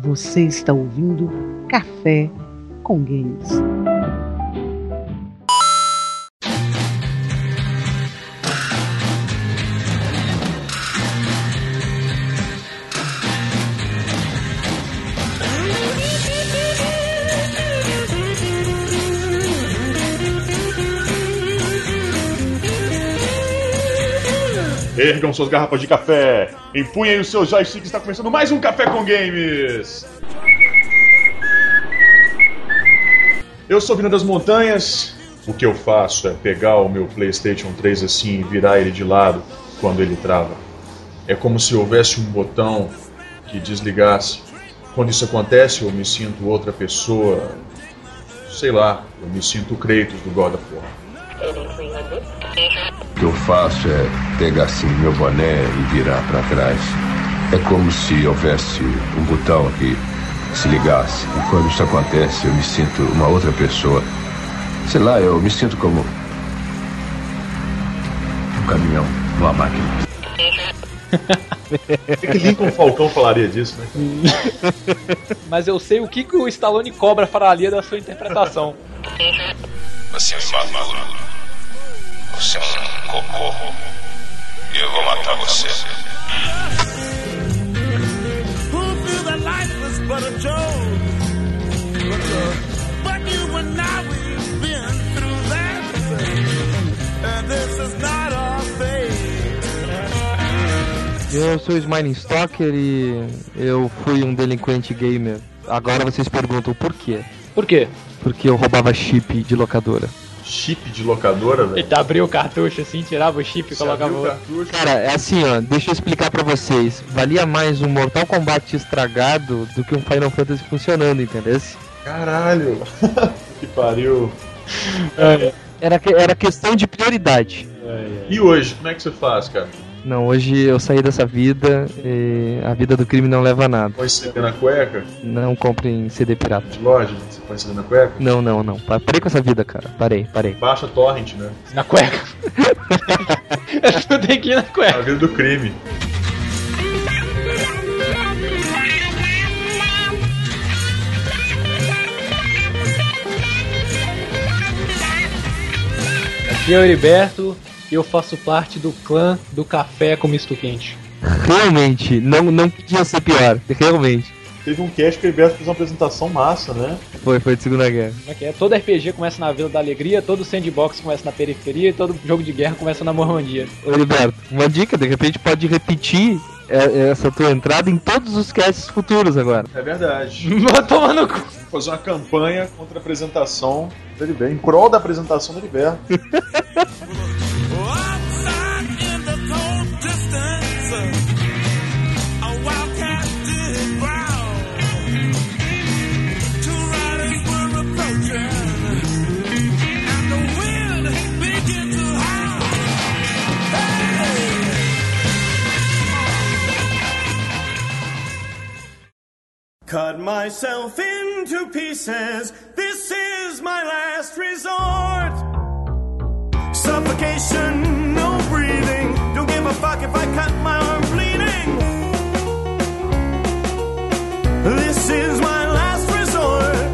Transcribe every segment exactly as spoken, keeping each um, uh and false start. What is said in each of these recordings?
Você está ouvindo Café com Games. Ergam suas garrafas de café, empunhem os seus joysticks, está começando mais um Café com Games! Eu sou Vina das Montanhas. O que eu faço é pegar o meu PlayStation três assim e virar ele de lado quando ele trava. É como se houvesse um botão que desligasse. Quando isso acontece, eu me sinto outra pessoa. Sei lá, eu me sinto o Kratos do God of War. O que eu faço é pegar assim meu boné e virar para trás. É como se houvesse um botão que se ligasse. E quando isso acontece, eu me sinto uma outra pessoa. Sei lá, eu me sinto como um caminhão, uma máquina. O que Lincoln Falcão falaria disso, né? Mas eu sei o que, que o Stallone Cobra falaria da sua interpretação. Você é um maluco. Você é um cocô. E eu vou matar você. Eu sou o Smiling Stalker e eu fui um delinquente gamer. Agora vocês perguntam por quê? Por quê? Porque eu roubava chip de locadora. Chip de locadora, velho? Ele abriu o cartucho assim, tirava o chip e colocava o cartucho. Cara, é assim, ó, deixa eu explicar pra vocês. Valia mais um Mortal Kombat estragado do que um Final Fantasy funcionando, entendeu? Caralho! Que pariu! É. Era, era questão de prioridade. É, é. E hoje, como é que você faz, cara? Não, hoje eu saí dessa vida e a vida do crime não leva a nada. Põe C D na cueca? Não comprem C D pirata. De loja, você põe C D na cueca? Não, não, não. Parei com essa vida, cara. Parei, parei. Baixa torrent, né? Na cueca. Eu tenho que ir na A cueca. vida do crime. Aqui é o Heriberto e eu faço parte do clã do café com misto quente. Realmente, não, não podia ser pior. Realmente. Teve um cast que o Heriberto fez uma apresentação massa, né? Foi, foi de Segunda Guerra. Como é que é? Todo R P G começa na Vila da Alegria, todo sandbox começa na periferia e todo jogo de guerra começa na Normandia. Ô, Heriberto, uma dica, de repente pode repetir essa tua entrada em todos os casts futuros agora. É verdade. Toma no cu. Fazer uma campanha contra a apresentação do Heriberto, em prol da apresentação do Heriberto. Cut myself into pieces. This is my last resort. Suffocation, no breathing. Don't give a fuck if I cut my arm bleeding. This is my last resort.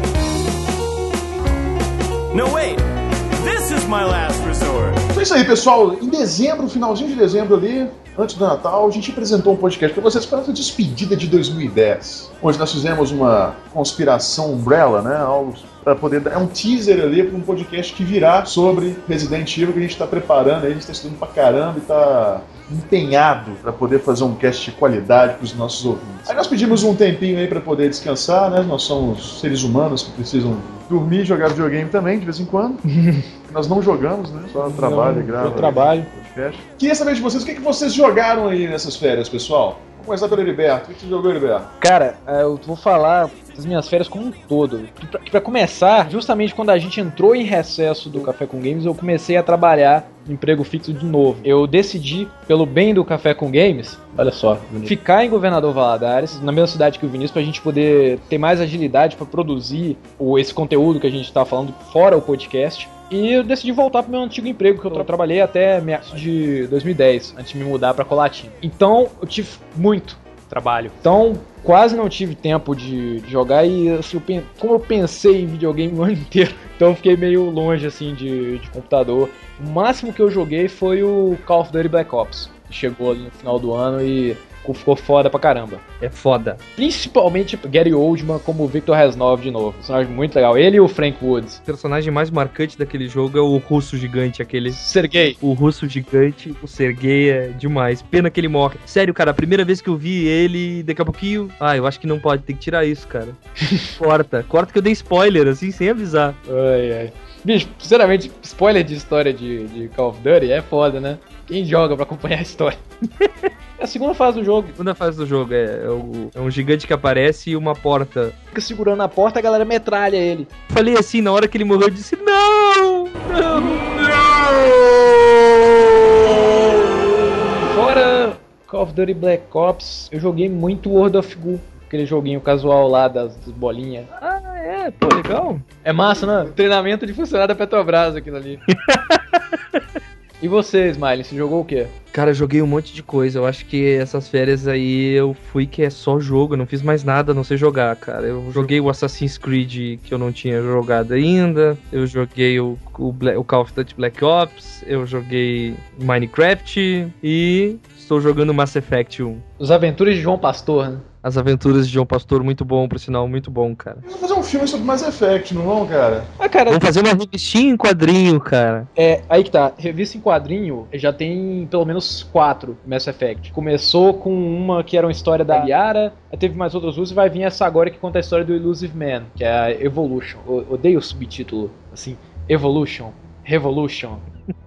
No, wait. This is my last resort. Então é isso aí, pessoal. Em dezembro, finalzinho de dezembro ali, antes do Natal, a gente apresentou um podcast para vocês para a despedida de dois mil e dez. Onde nós fizemos uma conspiração umbrella, né? Algo para poder dar um teaser ali para um podcast que virá sobre Resident Evil, que a gente está preparando, aí, a gente está estudando pra caramba e está empenhado para poder fazer um cast de qualidade para os nossos ouvintes. Aí nós pedimos um tempinho aí para poder descansar, né? Nós somos seres humanos que precisam dormir e jogar videogame também, de vez em quando. Nós não jogamos, né? Só trabalho e grava. Eu trabalho. Podcast. Queria saber de vocês, o que, que vocês jogaram aí nessas férias, pessoal? Vamos começar pelo Heriberto. O que você jogou, Heriberto? Cara, eu vou falar das minhas férias como um todo. Pra, pra começar, justamente quando a gente entrou em recesso do Café com Games, eu comecei a trabalhar em emprego fixo de novo. Eu decidi, pelo bem do Café com Games, olha só, ficar em Governador Valadares, na mesma cidade que o Vinícius, pra gente poder ter mais agilidade pra produzir o, esse conteúdo que a gente tá falando fora o podcast. E eu decidi voltar pro meu antigo emprego, que eu tra- trabalhei até meados de dois mil e dez, antes de me mudar pra Colatina. Então, eu tive muito, trabalho. Então, quase não tive tempo de, de jogar e assim, eu, como eu pensei em videogame o ano inteiro, então eu fiquei meio longe assim de, de computador. O máximo que eu joguei foi o Call of Duty Black Ops, que chegou ali no final do ano e ficou foda pra caramba. É foda. Principalmente Gary Oldman como Victor Reznov de novo. Personagem muito legal. Ele e o Frank Woods. O personagem mais marcante daquele jogo é o russo gigante, aquele... Sergei. O russo gigante, o Sergei é demais. Pena que ele morre. Sério, cara, a primeira vez que eu vi ele, daqui a pouquinho... Ah, eu acho que não pode, tem que tirar isso, cara. Corta. Corta que eu dei spoiler, assim, sem avisar. Ai, ai. Bicho, sinceramente, spoiler de história de, de Call of Duty é foda, né? Quem joga pra acompanhar a história? É a segunda fase do jogo. A segunda fase do jogo é, é, o, é um gigante que aparece e uma porta. Fica segurando a porta, a galera metralha ele. Falei assim, na hora que ele morreu, eu disse: Não! Não! Não! Fora Call of Duty Black Ops, eu joguei muito World of Goo. Aquele joguinho casual lá das, das bolinhas. Ah, é? Pô, legal. É massa, né? Treinamento de funcionário da Petrobras aquilo ali. E você, Smiley, você jogou o quê? Cara, eu joguei um monte de coisa. Eu acho que essas férias aí eu fui que é só jogo. Eu não fiz mais nada a não ser jogar, cara. Eu joguei o Assassin's Creed que eu não tinha jogado ainda. Eu joguei o, o, Black, o Call of Duty Black Ops. Eu joguei Minecraft. E estou jogando Mass Effect um. Os Aventuras de João Pastor, né? As Aventuras de João Pastor, muito bom, por sinal, muito bom, cara. Vamos fazer um filme sobre Mass Effect, não vão, cara? Ah, cara... Vamos fazer uma revistinha em quadrinho, cara. É, aí que tá. Revista em quadrinho já tem pelo menos quatro Mass Effect. Começou com uma que era uma história da Liara, aí teve mais outras duas e vai vir essa agora que conta a história do Illusive Man, que é a Evolution. Eu odeio o subtítulo, assim, Evolution, Revolution.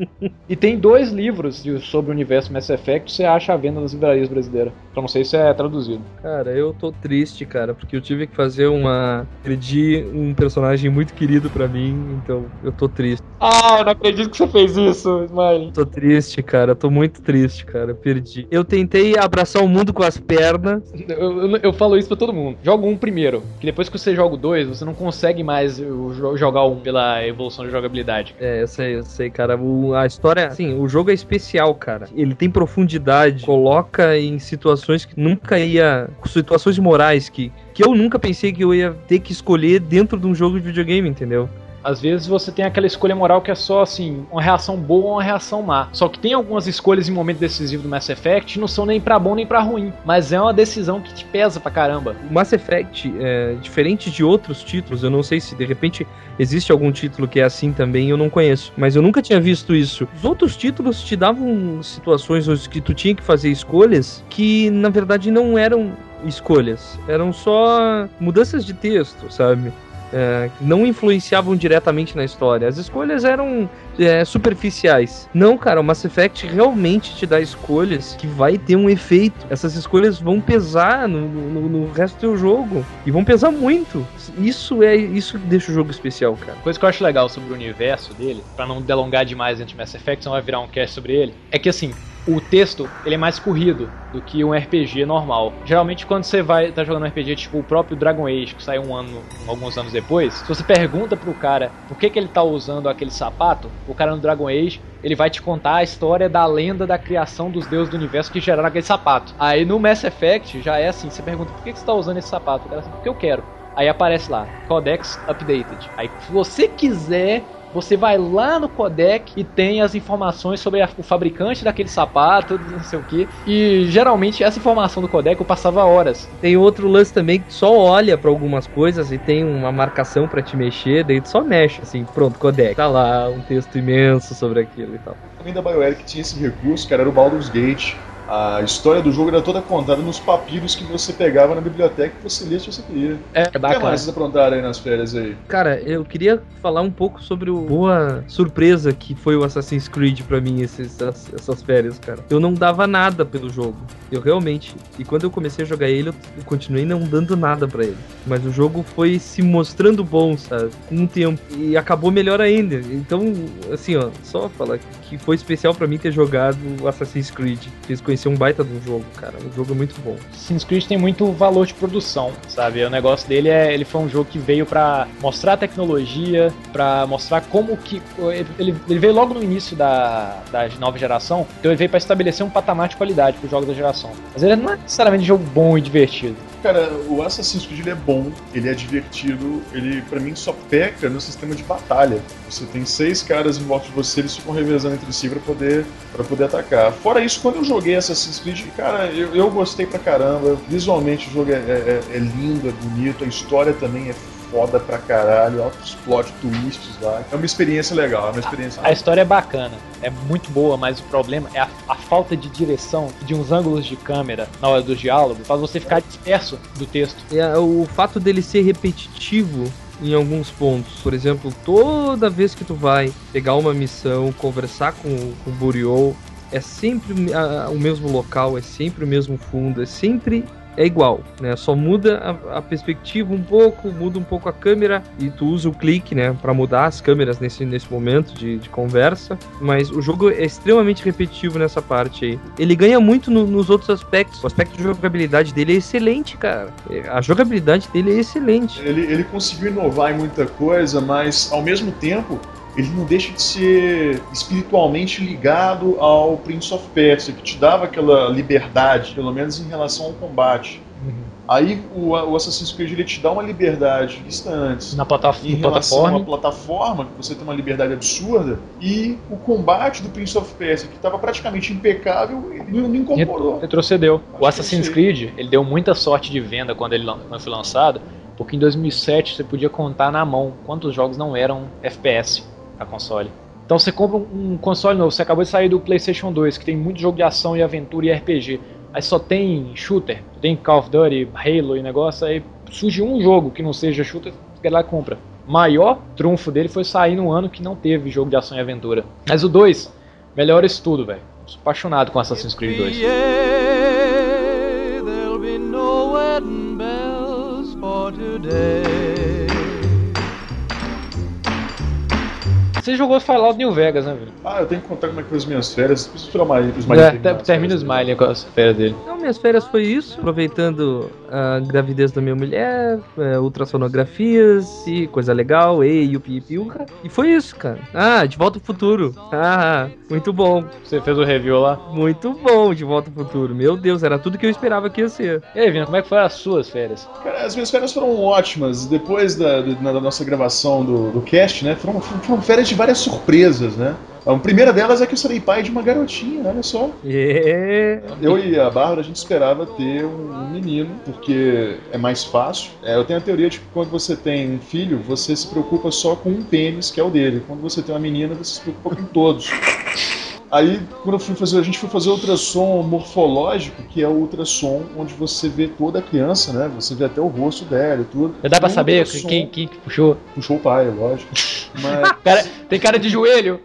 E tem dois livros de, sobre o universo Mass Effect que você acha à venda nas livrarias brasileiras. Então não sei se é traduzido. Cara, eu tô triste, cara, porque eu tive que fazer uma... Perdi um personagem muito querido pra mim, então eu tô triste. Ah, eu não acredito que você fez isso, Smiley. Tô triste, cara, tô muito triste, cara, perdi. Eu tentei abraçar o mundo com as pernas. Eu, eu, eu falo isso pra todo mundo. Joga um primeiro, que depois que você joga o dois, você não consegue mais jogar um pela evolução de jogabilidade. É, eu sei, eu sei, cara. O, a história, assim, o jogo é especial, cara. Ele tem profundidade, coloca em situações que nunca ia... Situações morais que, que eu nunca pensei que eu ia ter que escolher dentro de um jogo de videogame, entendeu? Às vezes você tem aquela escolha moral que é só, assim, uma reação boa ou uma reação má. Só que tem algumas escolhas em momento decisivo do Mass Effect que não são nem pra bom nem pra ruim. Mas é uma decisão que te pesa pra caramba. O Mass Effect, é, diferente de outros títulos, eu não sei se de repente existe algum título que é assim também, eu não conheço. Mas eu nunca tinha visto isso. Os outros títulos te davam situações que tu tinha que fazer escolhas que, na verdade, não eram escolhas. Eram só mudanças de texto, sabe? É, não influenciavam diretamente na história. As escolhas eram é, superficiais. Não, cara, o Mass Effect realmente te dá escolhas que vai ter um efeito. Essas escolhas vão pesar no, no, no resto do teu jogo. E vão pesar muito. Isso é isso que deixa o jogo especial, cara. Coisa que eu acho legal sobre o universo dele, pra não delongar demais dentro de Mass Effect, senão vai virar um cast sobre ele, é que assim, o texto, ele é mais corrido do que um R P G normal. Geralmente quando você vai tá jogando um R P G tipo o próprio Dragon Age, que saiu um ano, alguns anos depois, se você pergunta pro cara por que que ele tá usando aquele sapato, o cara no Dragon Age, ele vai te contar a história da lenda da criação dos deuses do universo que geraram aquele sapato. Aí no Mass Effect já é assim, você pergunta por que que você tá usando esse sapato? O cara assim, porque eu quero. Aí aparece lá, Codex Updated. Aí se você quiser... Você vai lá no codec e tem as informações sobre a, o fabricante daquele sapato, não sei o que. E geralmente essa informação do codec eu passava horas. Tem outro lance também que só olha pra algumas coisas e tem uma marcação pra te mexer, daí tu só mexe, assim, pronto, codec. Tá lá um texto imenso sobre aquilo e tal. Também da BioWare que tinha esse recurso, cara, era o Baldur's Gate. A história do jogo era toda contada nos papiros que você pegava na biblioteca e você lia se você queria. É, o que mais vocês aprontaram aí nas férias aí? Cara, eu queria falar um pouco sobre a boa surpresa que foi o Assassin's Creed pra mim esses, essas férias, cara. Eu não dava nada pelo jogo. Eu realmente... E quando eu comecei a jogar ele, eu continuei não dando nada pra ele. Mas o jogo foi se mostrando bom, sabe? Com o tempo. E acabou melhor ainda. Então, assim, ó, só falar que foi especial pra mim ter jogado o Assassin's Creed. Fez conhecer um baita de um jogo, cara. O jogo é muito bom. Assassin's Creed tem muito valor de produção, sabe? O negócio dele é... Ele foi um jogo que veio pra mostrar a tecnologia, pra mostrar como que... Ele, ele veio logo no início da, da nova geração, então ele veio pra estabelecer um patamar de qualidade pros jogos da geração geração. Mas ele não é necessariamente um jogo bom e divertido. Cara, o Assassin's Creed ele é bom, ele é divertido, ele pra mim só peca no sistema de batalha. Você tem seis caras em volta de você, eles ficam revezando entre si pra poder, pra poder atacar. Fora isso, quando eu joguei Assassin's Creed, cara, eu, eu gostei pra caramba. Visualmente o jogo é, é, é lindo, é bonito, a história também é foda pra caralho, altos plot twists lá. É uma experiência legal, é uma experiência a, a história é bacana, é muito boa, mas o problema é a, a falta de direção de uns ângulos de câmera na hora do diálogo, faz você ficar disperso do texto. É, o fato dele ser repetitivo em alguns pontos. Por exemplo, toda vez que tu vai pegar uma missão, conversar com, com o Burial, é sempre a, o mesmo local, é sempre o mesmo fundo, é sempre... é igual, né? Só muda a, a perspectiva um pouco, muda um pouco a câmera e tu usa o clique, né, pra mudar as câmeras nesse, nesse momento de, de conversa, mas o jogo é extremamente repetitivo nessa parte aí. Ele ganha muito no, nos outros aspectos. O aspecto de jogabilidade dele é excelente, cara. A jogabilidade dele é excelente. Ele, ele conseguiu inovar em muita coisa, mas ao mesmo tempo ele não deixa de ser espiritualmente ligado ao Prince of Persia, que te dava aquela liberdade, pelo menos em relação ao combate. Uhum. Aí o, o Assassin's Creed ele te dá uma liberdade vista antes. Na plata- em relação à plataforma, que você tem uma liberdade absurda, e o combate do Prince of Persia, que estava praticamente impecável, ele não incorporou. Retrocedeu. O Assassin's Creed ele deu muita sorte de venda quando ele quando foi lançado, porque em dois mil e sete você podia contar na mão quantos jogos não eram F P S a console. Então você compra um console novo, você acabou de sair do PlayStation dois, que tem muito jogo de ação e aventura e R P G, aí só tem shooter, tem Call of Duty, Halo e negócio, aí surge um jogo que não seja shooter, você quer lá e compra. O maior trunfo dele foi sair num ano que não teve jogo de ação e aventura. Mas o dois, melhora isso tudo, velho. Sou apaixonado com Assassin's Creed dois. Você jogou Fallout New Vegas, né, velho? Ah, eu tenho que contar como é que foi as minhas férias. Preciso tirar uma os é, termina o Smiley com as férias dele. Então, minhas férias foi isso, aproveitando a gravidez da minha mulher, é, ultrassonografias e coisa legal, e o pipiuca. E foi isso, cara. Ah, De Volta ao Futuro. Ah, muito bom. Você fez o review lá? Muito bom, De Volta ao Futuro. Meu Deus, era tudo que eu esperava que ia ser. E aí, Vina, como é que foram as suas férias? Cara, as minhas férias foram ótimas. Depois da, da, da nossa gravação do, do cast, né, foram, foram férias de várias surpresas, né? A primeira delas é que eu serei pai de uma garotinha, olha só. Yeah. Eu e a Bárbara, a gente esperava ter um menino, porque é mais fácil. É, eu tenho a teoria de que quando você tem um filho, você se preocupa só com um pênis, que é o dele. Quando você tem uma menina, você se preocupa com todos. Aí, quando eu fui fazer, a gente foi fazer o ultrassom morfológico, que é o ultrassom onde você vê toda a criança, né? Você vê até o rosto dela e tudo. Já dá pra o saber ultrassom... quem, quem que puxou? Puxou o pai, lógico. Mas... cara, tem cara de joelho.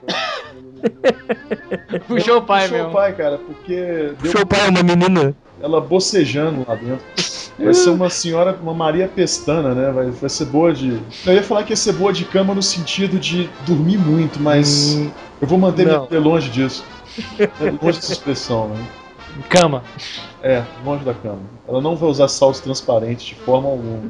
Puxou o pai, puxou meu. Puxou o pai, cara, porque... Puxou o pai, é uma menina. Ela bocejando lá dentro. Vai ser uma senhora, uma Maria Pestana, né? Vai, vai ser boa de... Eu ia falar que ia ser boa de cama no sentido de dormir muito, mas hum, eu vou manter me longe disso. Longe dessa expressão, né? Cama. É, longe da cama. Ela não vai usar saltos transparentes de forma alguma.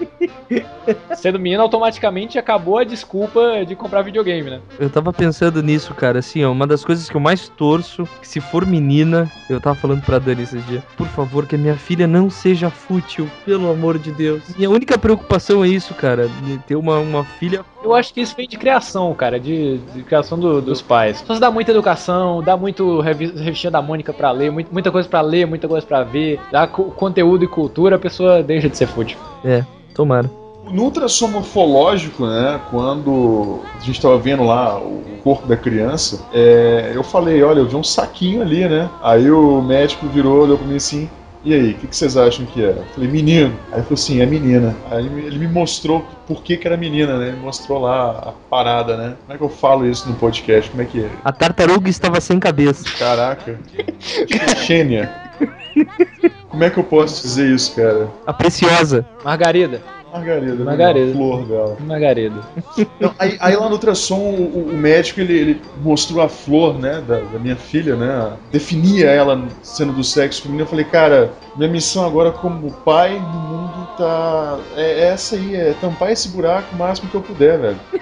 Sendo menina, automaticamente acabou a desculpa de comprar videogame, né? Eu tava pensando nisso, cara, assim, ó, uma das coisas que eu mais torço, que se for menina, eu tava falando pra Dani esses dias, por favor, que a minha filha não seja fútil, pelo amor de Deus. Minha única preocupação é isso, cara, de ter uma, uma filha... Eu acho que isso vem de criação, cara, de, de criação do, dos pais. Só se dá muita educação, dá muito revistinha da Mônica pra ler, muito, muita coisa pra ler, muita coisa pra ver, dá co- conteúdo e cultura, a pessoa deixa de ser fútil. É, tomara. No ultrassom morfológico, né, quando a gente tava vendo lá o corpo da criança, é, eu falei, olha, eu vi um saquinho ali, né? Aí o médico virou, olhou pra mim assim, e aí, o que, que vocês acham que é? Eu falei, menino. Aí ele falou assim, é menina. Aí ele me mostrou por que que era menina, né? Ele mostrou lá a parada, né? Como é que eu falo isso no podcast? Como é que é? A tartaruga estava sem cabeça. Caraca. Xênia. Como é que eu posso dizer isso, cara? A preciosa. Margarida. Margarida, Margarida. Né? A flor dela. Margarida. Então, aí, aí lá no ultrassom, o, o médico ele, ele mostrou a flor, né, da, da minha filha, né? Definia ela sendo do sexo feminino. Eu falei, cara, minha missão agora como pai no mundo tá. É essa aí, é tampar esse buraco o máximo que eu puder, velho.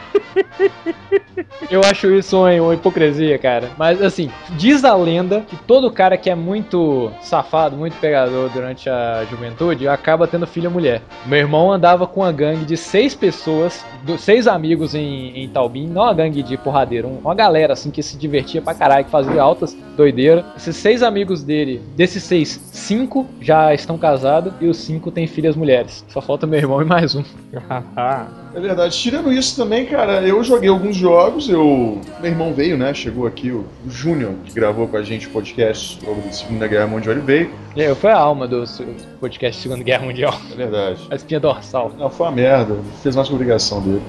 Eu acho isso uma, uma hipocrisia, cara. Mas assim, diz a lenda que todo cara que é muito safado, muito pegador durante a juventude, acaba tendo filho ou mulher. Meu irmão andava com uma gangue de seis pessoas, do, seis amigos em, em Taubim, não uma gangue de porradeiro, um, uma galera assim que se divertia pra caralho, que fazia altas doideiras. Esses seis amigos dele, desses seis, cinco já estão casados e os cinco têm filhas mulheres. Só falta meu irmão e mais um. É verdade. Tirando isso também, cara, eu joguei alguns jogos, eu... Meu irmão veio, né? Chegou aqui, o Júnior, que gravou com a gente o podcast sobre a Segunda Guerra Mundial, ele veio. É, eu fui a alma do podcast Segunda Guerra Mundial. É verdade. A espinha dorsal. Não, foi uma merda. Fez mais que obrigação dele.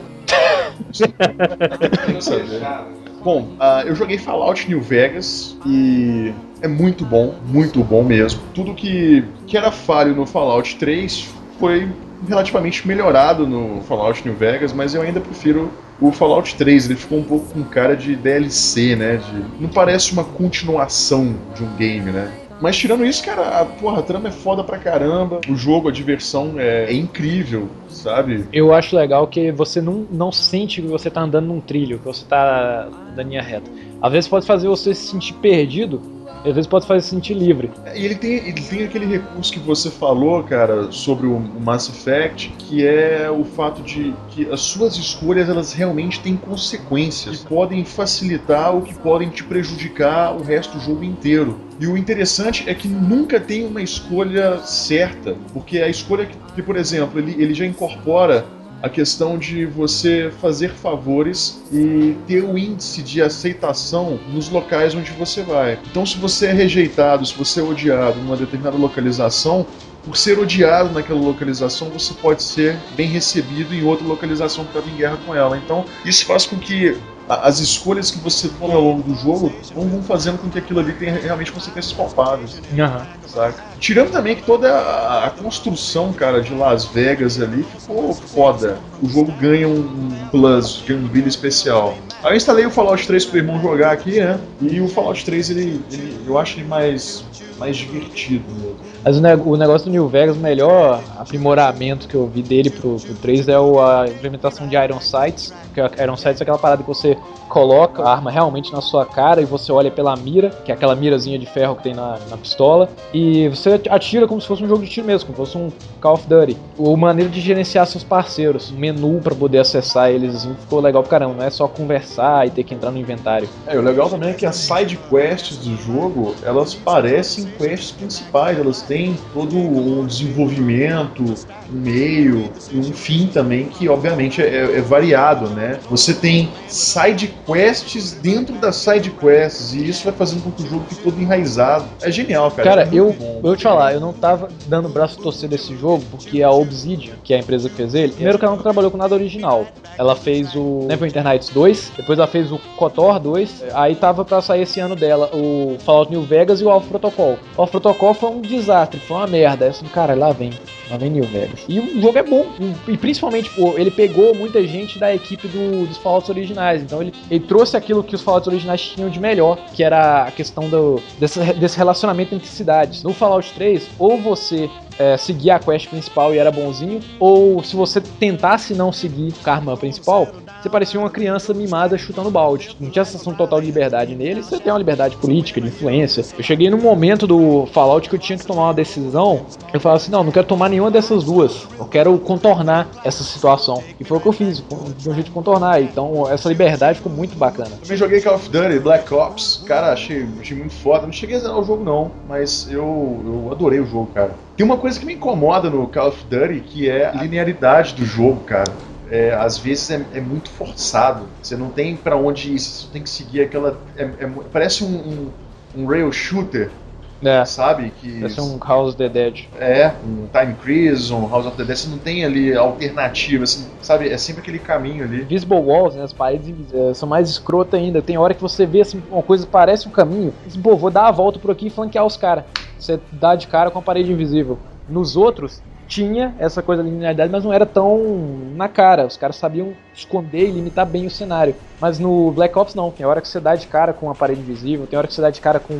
Bom, uh, eu joguei Fallout New Vegas e é muito bom, muito bom mesmo. Tudo que, que era falho no Fallout três foi relativamente melhorado no Fallout New Vegas, mas eu ainda prefiro o Fallout três. Ele ficou um pouco com cara de D L C, né? De, não parece uma continuação de um game, né? Mas tirando isso, cara, a, porra, a trama é foda pra caramba, o jogo, a diversão é, é incrível, sabe? Eu acho legal que você não, não sente que você tá andando num trilho, que você tá na linha reta. Às vezes pode fazer você se sentir perdido, às vezes pode fazer se sentir livre. E ele tem, ele tem aquele recurso que você falou, cara, sobre o Mass Effect, que é o fato de que as suas escolhas, elas realmente têm consequências, que podem facilitar ou que podem te prejudicar o resto do jogo inteiro. E o interessante é que nunca tem uma escolha certa, porque a escolha que, que por exemplo, ele, ele já incorpora a questão de você fazer favores e ter o índice de aceitação nos locais onde você vai. Então, se você é rejeitado, se você é odiado numa determinada localização, por ser odiado naquela localização, você pode ser bem recebido em outra localização que estava em guerra com ela. Então, isso faz com que as escolhas que você toma ao longo do jogo vão fazendo com que aquilo ali tenha realmente consequências palpáveis. Aham. Saca? Tirando também que toda a, a construção, cara, de Las Vegas ali ficou foda. O jogo ganha um, um plus, ganha um brilho especial. Aí eu instalei o Fallout três pro irmão jogar aqui, né? E o Fallout três, ele, ele, eu acho ele mais, mais divertido mesmo. Mas o, ne- o negócio do New Vegas, o melhor aprimoramento que eu vi dele pro, pro três é o, a implementação de Iron Sights. Que Iron Sights é aquela parada que você coloca a arma realmente na sua cara e você olha pela mira, que é aquela mirazinha de ferro que tem na, na pistola, e você atira como se fosse um jogo de tiro mesmo, como se fosse um Call of Duty. O maneira de gerenciar seus parceiros, o menu pra poder acessar eles, assim, ficou legal pra caramba, não é só conversar e ter que entrar no inventário. É, o legal também é que as side quests do jogo, elas parecem quests principais, elas têm todo um desenvolvimento, um meio e um fim também que obviamente é, é variado, né? Você tem side quests dentro das side quests e isso vai fazendo com que o jogo fique todo enraizado. É genial, cara. Cara, é eu, bom. eu vou te falar, eu não tava dando braço a torcer desse jogo porque a Obsidian, que é a empresa que fez ele, primeiro que ela não trabalhou com nada original. Ela fez o Neverwinter Nights dois, depois ela fez o KOTOR dois, aí tava pra sair esse ano dela o Fallout New Vegas e o Alpha Protocol. O Alpha Protocol foi um desastre, foi uma merda. Aí eu assim, cara, lá vem, lá vem New Vegas. E o jogo é bom, e principalmente, pô, ele pegou muita gente da equipe do, dos Fallouts originais, então ele, ele trouxe aquilo que os Fallouts originais tinham de melhor, que era a questão do, desse, desse relacionamento entre cidades. No Fallout três, ou você é, seguir a quest principal e era bonzinho, ou se você tentasse não seguir a arma principal, você parecia uma criança mimada chutando balde. Não tinha sensação total de liberdade nele, você tem uma liberdade política, de influência. Eu cheguei num momento do Fallout que eu tinha que tomar uma decisão, eu falava assim, não, não quero tomar nenhuma dessas duas, eu quero contornar essa situação. E foi o que eu fiz, de um jeito de contornar. Então essa liberdade ficou muito bacana. Também joguei Call of Duty, Black Ops, cara, achei, achei muito foda. Não cheguei a zerar o jogo não, mas eu, eu adorei o jogo, cara. Tem uma coisa que me incomoda no Call of Duty, que é a linearidade do jogo, cara. É, às vezes é, é muito forçado. Você não tem pra onde ir, você tem que seguir aquela... É, é, parece um, um, um rail shooter, É, sabe? Que, parece um House of the Dead. É, um Time Crisis, um House of the Dead. Você não tem ali alternativa, assim, sabe? É sempre aquele caminho ali. Visible Walls, né, as paredes invisíveis, são mais escrotas ainda. Tem hora que você vê assim, uma coisa que parece um caminho, e, pô, vou dar a volta por aqui e flanquear os caras. Você dá de cara com a parede invisível. Nos outros, tinha essa coisa de linearidade, mas não era tão na cara. Os caras sabiam esconder e limitar bem o cenário. Mas no Black Ops não, tem hora que você dá de cara com a parede invisível, tem hora que você dá de cara com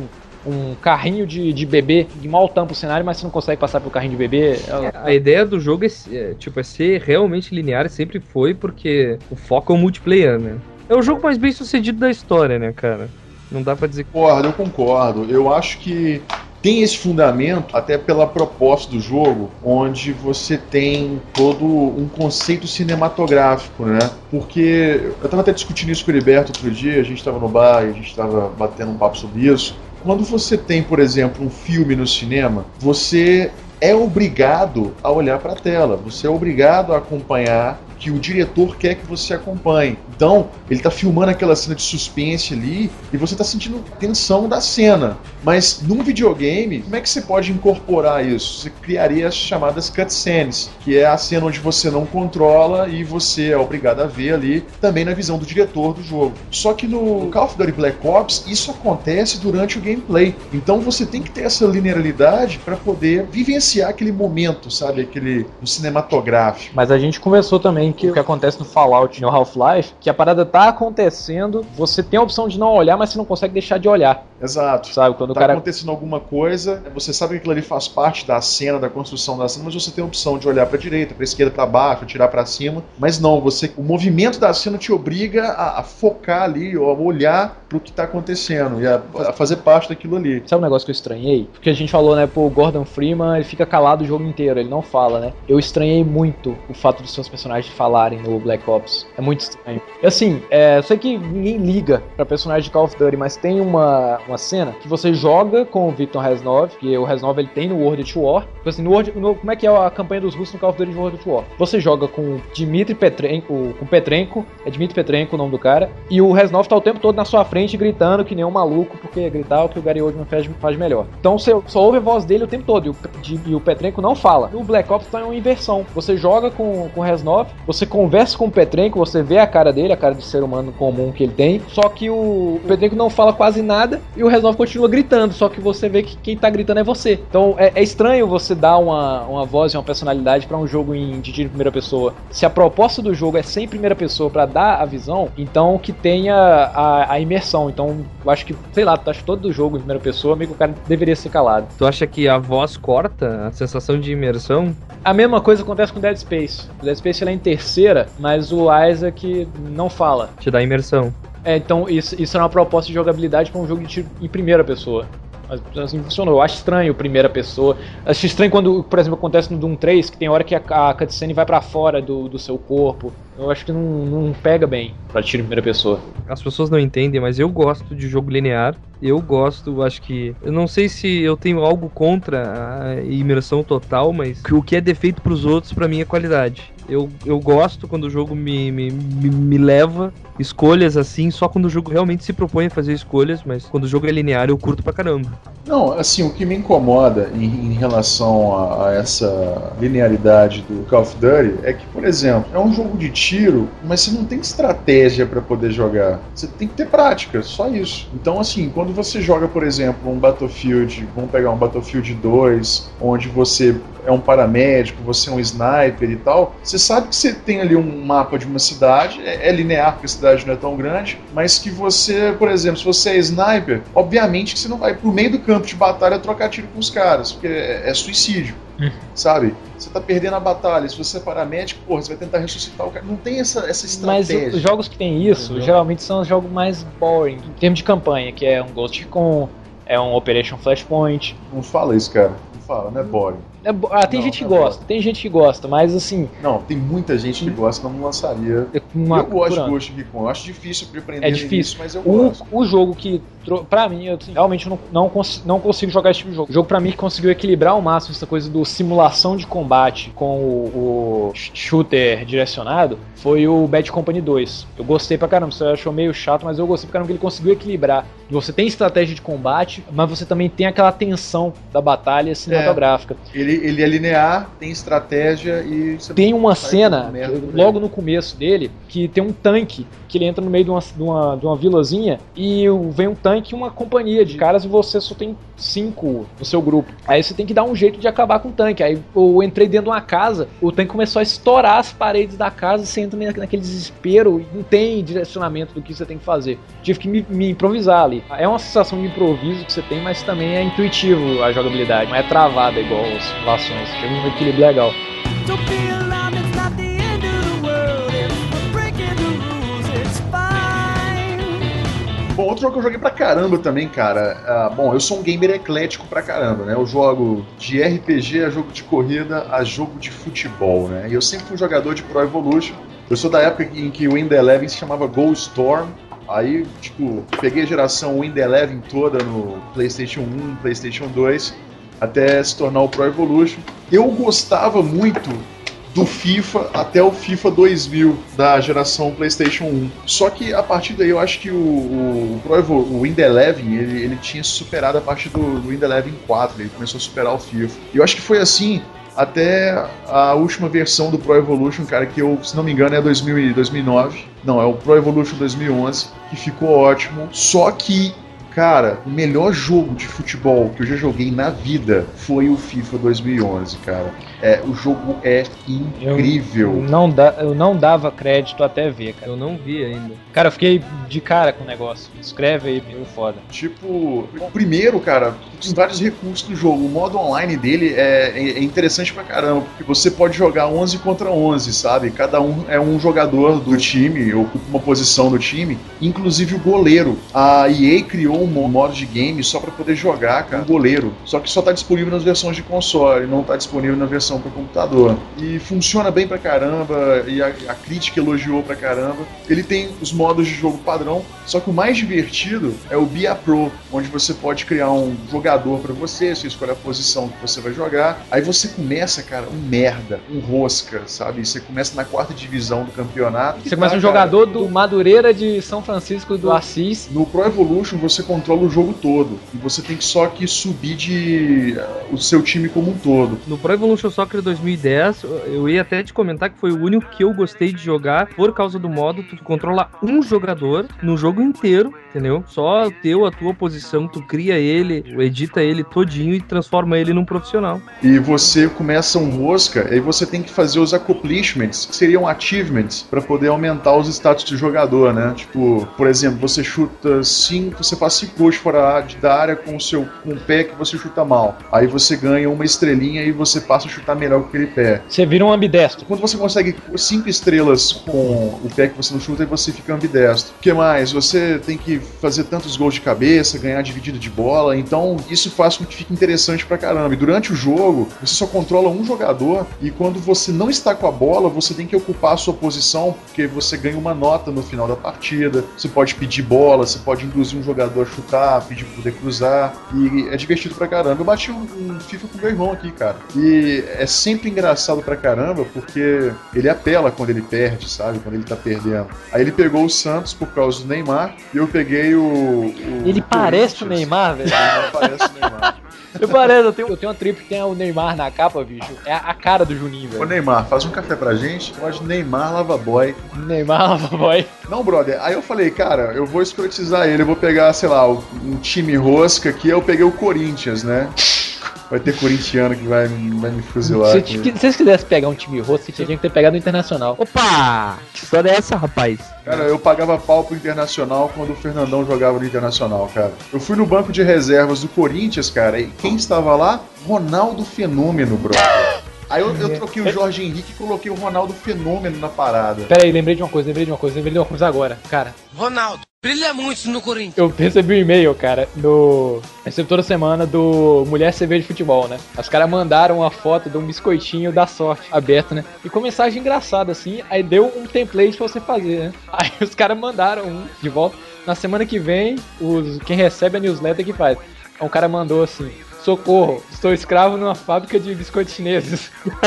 um carrinho de, de bebê que mal tampa o cenário, mas você não consegue passar pelo carrinho de bebê. É, a ideia do jogo é, é, tipo, é ser realmente linear, sempre foi, porque o foco é o multiplayer, né? É o jogo mais bem sucedido da história, né, cara? Não dá pra dizer que... Concordo, eu concordo. Eu acho que tem esse fundamento até pela proposta do jogo, onde você tem todo um conceito cinematográfico, né? Porque eu tava até discutindo isso com o Heriberto outro dia, a gente tava no bar e a gente tava batendo um papo sobre isso. Quando você tem, por exemplo, um filme no cinema, você é obrigado a olhar para a tela, você é obrigado a acompanhar que o diretor quer que você acompanhe. Então, ele está filmando aquela cena de suspense ali e você está sentindo tensão da cena. Mas num videogame, como é que você pode incorporar isso? Você criaria as chamadas cutscenes, que é a cena onde você não controla e você é obrigado a ver ali, também na visão do diretor do jogo. Só que no Call of Duty Black Ops, isso acontece durante o gameplay. Então você tem que ter essa linearidade para poder vivenciar aquele momento, sabe? Aquele um cinematográfico. Mas a gente conversou também que o que acontece no Fallout, no Half-Life, que a parada tá acontecendo, você tem a opção de não olhar, mas você não consegue deixar de olhar. Exato. Sabe, quando tá o cara... acontecendo alguma coisa, você sabe que aquilo ali faz parte da cena, da construção da cena, mas você tem a opção de olhar pra direita, pra esquerda, pra baixo, tirar pra cima, mas não, você, o movimento da cena te obriga a, a focar ali, ou a olhar pro que tá acontecendo e a, a fazer parte daquilo ali. Sabe um negócio que eu estranhei? Porque a gente falou, né, pô, o Gordon Freeman, ele fica calado o jogo inteiro, ele não fala, né? Eu estranhei muito o fato dos seus personagens falarem no Black Ops. É muito estranho. E assim, é, eu sei que ninguém liga pra personagem de Call of Duty, mas tem uma, uma cena que você joga com o Victor Reznov, que o Reznov ele tem no World at War. Tipo assim, no World, no, como é que é a campanha dos russos no Call of Duty de World at War? Você joga com o Dmitry Petrenko, com Petrenko, é Dmitry Petrenko o nome do cara, e o Reznov tá o tempo todo na sua frente gritando que nem um maluco, porque gritar é o que o Gary Oldman faz, faz melhor. Então você só ouve a voz dele o tempo todo, e o, de, e o Petrenko não fala. No Black Ops tá em uma inversão. Você joga com, com o Reznov, você conversa com o Petrenko, você vê a cara dele, a cara de ser humano comum que ele tem, só que o Petrenko não fala quase nada e o Reznov continua gritando, só que você vê que quem tá gritando é você. Então é, é estranho você dar uma, uma voz e uma personalidade pra um jogo em, de tiro em primeira pessoa. Se a proposta do jogo é ser em primeira pessoa pra dar a visão, então que tenha a, a imersão. Então eu acho que, sei lá, tu acha todo o jogo em primeira pessoa, meio que o cara deveria ser calado. Tu acha que a voz corta a sensação de imersão? A mesma coisa acontece com Dead Space. O Dead Space ele é em terceira, mas o Isaac não fala. Te dá imersão. É, então isso, isso é uma proposta de jogabilidade para um jogo de tiro em primeira pessoa. Mas assim funcionou. Eu acho estranho primeira pessoa. Acho estranho quando, por exemplo, acontece no Doom três, que tem hora que a, a cutscene vai pra fora do, do seu corpo. Eu acho que não, não pega bem pra tiro em primeira pessoa. As pessoas não entendem, mas eu gosto de jogo linear. Eu gosto, acho que... Eu não sei se eu tenho algo contra a imersão total, mas o que é defeito pros outros, pra mim, é qualidade. Eu, eu gosto quando o jogo me, me, me, me leva escolhas assim, só quando o jogo realmente se propõe a fazer escolhas, mas quando o jogo é linear eu curto pra caramba. Não, assim, o que me incomoda em, em relação a, a essa linearidade do Call of Duty é que, por exemplo, é um jogo de tiro, mas você não tem estratégia pra poder jogar. Você tem que ter prática, só isso. Então, assim, quando você joga, por exemplo, um Battlefield, vamos pegar um Battlefield dois, onde você é um paramédico, você é um sniper e tal, você sabe que você tem ali um mapa de uma cidade, é, é linear porque a cidade não é tão grande, mas que você, por exemplo, se você é sniper, obviamente que você não vai pro meio do campo de batalha trocar tiro com os caras, porque é, é suicídio, hum. sabe? Você tá perdendo a batalha, se você é paramédico, porra, você vai tentar ressuscitar o cara, não tem essa, essa estratégia. Mas os jogos que tem isso, entendeu? Geralmente são os jogos mais boring, em termos de campanha, que é um Ghost Recon, é um Operation Flashpoint. Não fala isso, cara, não fala, não é boring. É, ah, tem não, gente que gosta, bom. tem gente que gosta, mas assim... Não, tem muita gente que gosta, não lançaria. Uma, eu gosto de Ghost Recon, eu acho difícil de aprender é difícil. Início, mas eu o, gosto. O jogo que, pra mim, eu assim, realmente não, não, cons- não consigo jogar esse tipo de jogo. O jogo pra mim que conseguiu equilibrar ao máximo essa coisa do simulação de combate com o, o shooter direcionado foi o Bad Company dois. Eu gostei pra caramba, você achou meio chato, mas eu gostei pra caramba que ele conseguiu equilibrar. Você tem estratégia de combate, mas você também tem aquela tensão da batalha, assim, cinematográfica. É, ele, ele é linear, tem estratégia e... Você tem uma cena, merda, logo no começo dele, que tem um tanque, que ele entra no meio de uma, de uma, de uma vilazinha e vem um tanque e uma companhia de caras e você só tem cinco no seu grupo. Aí você tem que dar um jeito de acabar com o tanque. Aí eu entrei dentro de uma casa, o tanque começou a estourar as paredes da casa, você entra naquele desespero e não tem direcionamento do que você tem que fazer. Tive que me, me improvisar ali. É uma sensação de improviso que você tem, mas também é intuitivo a jogabilidade. Não é travada igual as simulações. Chega um equilíbrio legal. Bom, outro jogo que eu joguei pra caramba também, cara. Uh, bom, eu sou um gamer eclético pra caramba, né? Eu jogo de R P G a jogo de corrida a jogo de futebol, né? E eu sempre fui jogador de Pro Evolution. Eu sou da época em que o Windows Eleven se chamava Goal Storm. Aí, tipo, peguei a geração Windows Eleven toda no PlayStation um, PlayStation dois, até se tornar o Pro Evolution. Eu gostava muito do FIFA até o FIFA dois mil da geração PlayStation um. Só que a partir daí eu acho que o, o, Pro Evo, o Windows Eleven ele, ele tinha superado a partir do, do Windows Eleven quatro, ele começou a superar o FIFA. E eu acho que foi assim até a última versão do Pro Evolution, cara, que eu, se não me engano, é dois mil, dois mil e nove. Não, é o Pro Evolution dois mil e onze, que ficou ótimo. Só que, cara, o melhor jogo de futebol que eu já joguei na vida foi o FIFA dois mil e onze, cara. É, o jogo é incrível. Eu não, da, eu não dava crédito até ver, cara. Eu não vi ainda. Cara, eu fiquei de cara com o negócio. Escreve aí, meu foda. Tipo, primeiro, cara, tem vários recursos do jogo. O modo online dele é, é interessante pra caramba, porque você pode jogar onze contra onze, sabe? Cada um é um jogador do time, ocupa uma posição do time, inclusive o goleiro. A E A criou um modo de game só pra poder jogar, cara, um goleiro. Só que só tá disponível nas versões de console, não tá disponível na versão para computador. E funciona bem pra caramba, e a, a crítica elogiou pra caramba. Ele tem os modos de jogo padrão, só que o mais divertido é o Be a Pro, onde você pode criar um jogador pra você, você escolhe a posição que você vai jogar. Aí você começa, cara, um merda, um rosca, sabe? Você começa na quarta divisão do campeonato. Você começa tá, um jogador cara, do Madureira de São Francisco do Assis. No Pro Evolution você controla o jogo todo, e você tem que só que subir de uh, o seu time como um todo. No Pro Evolution Soccer dois mil e dez, eu ia até te comentar que foi o único que eu gostei de jogar por causa do modo tu controla um jogador no jogo inteiro, entendeu? Só teu, a tua posição, tu cria ele, edita ele todinho e transforma ele num profissional. E você começa um rosca, aí você tem que fazer os accomplishments, que seriam achievements, pra poder aumentar os status do jogador, né? Tipo, por exemplo, você chuta cinco, você faz cinco gols fora da área com o seu com o pé que você chuta mal. Aí você ganha uma estrelinha e você passa a chutar melhor com aquele pé. Você vira um ambidestro. Quando você consegue cinco estrelas com o pé que você não chuta, aí você fica ambidestro. O que mais? Você tem que fazer tantos gols de cabeça, ganhar dividido de bola, então isso faz com que fique interessante pra caramba. E durante o jogo, você só controla um jogador e quando você não está com a bola, você tem que ocupar a sua posição, porque você ganha uma nota no final da partida. Você pode pedir bola, você pode induzir um jogador a chutar, pedir pra poder cruzar, e é divertido pra caramba. Eu bati um, um FIFA com meu irmão aqui, cara, e é sempre engraçado pra caramba, porque ele apela quando ele perde, sabe? Quando ele tá perdendo. Aí ele pegou o Santos por causa do Neymar, e eu peguei o... o ele parece o Neymar, velho. Ele parece o Neymar. Eu pareço, eu tenho, eu tenho uma trip que tem o Neymar na capa, bicho. É a, a cara do Juninho, velho. Ô Neymar, faz um café pra gente. Pode Neymar Lava Boy. Neymar Lava Boy. Não, brother. Aí eu falei, cara, eu vou escrotizar ele. Eu vou pegar, sei lá, um time rosca aqui. Eu peguei o Corinthians, né? Vai ter corintiano que vai, vai me fuzilar. Se, se vocês quisessem pegar um time rosto, vocês tinham que ter pegado o Internacional. Opa! Que história é essa, rapaz? Cara, eu pagava pau pro Internacional quando o Fernandão jogava no Internacional, cara. Eu fui no banco de reservas do Corinthians, cara, e quem estava lá? Ronaldo Fenômeno, brother. Aí eu, eu troquei o Jorge Henrique e coloquei o Ronaldo Fenômeno na parada. Pera aí, lembrei de uma coisa, lembrei de uma coisa, lembrei de uma coisa agora, cara. Ronaldo, brilha muito no Corinthians. Eu recebi um e-mail, cara, no... Recebo toda semana do Mulher Cerveja de Futebol, né? Os caras mandaram uma foto de um biscoitinho da sorte aberto, né? E com mensagem engraçada, assim, aí deu um template pra você fazer, né? Aí os caras mandaram um de volta. Na semana que vem, os... quem recebe a newsletter que faz. Aí um cara mandou assim... Socorro, estou escravo numa fábrica de biscoitos chineses.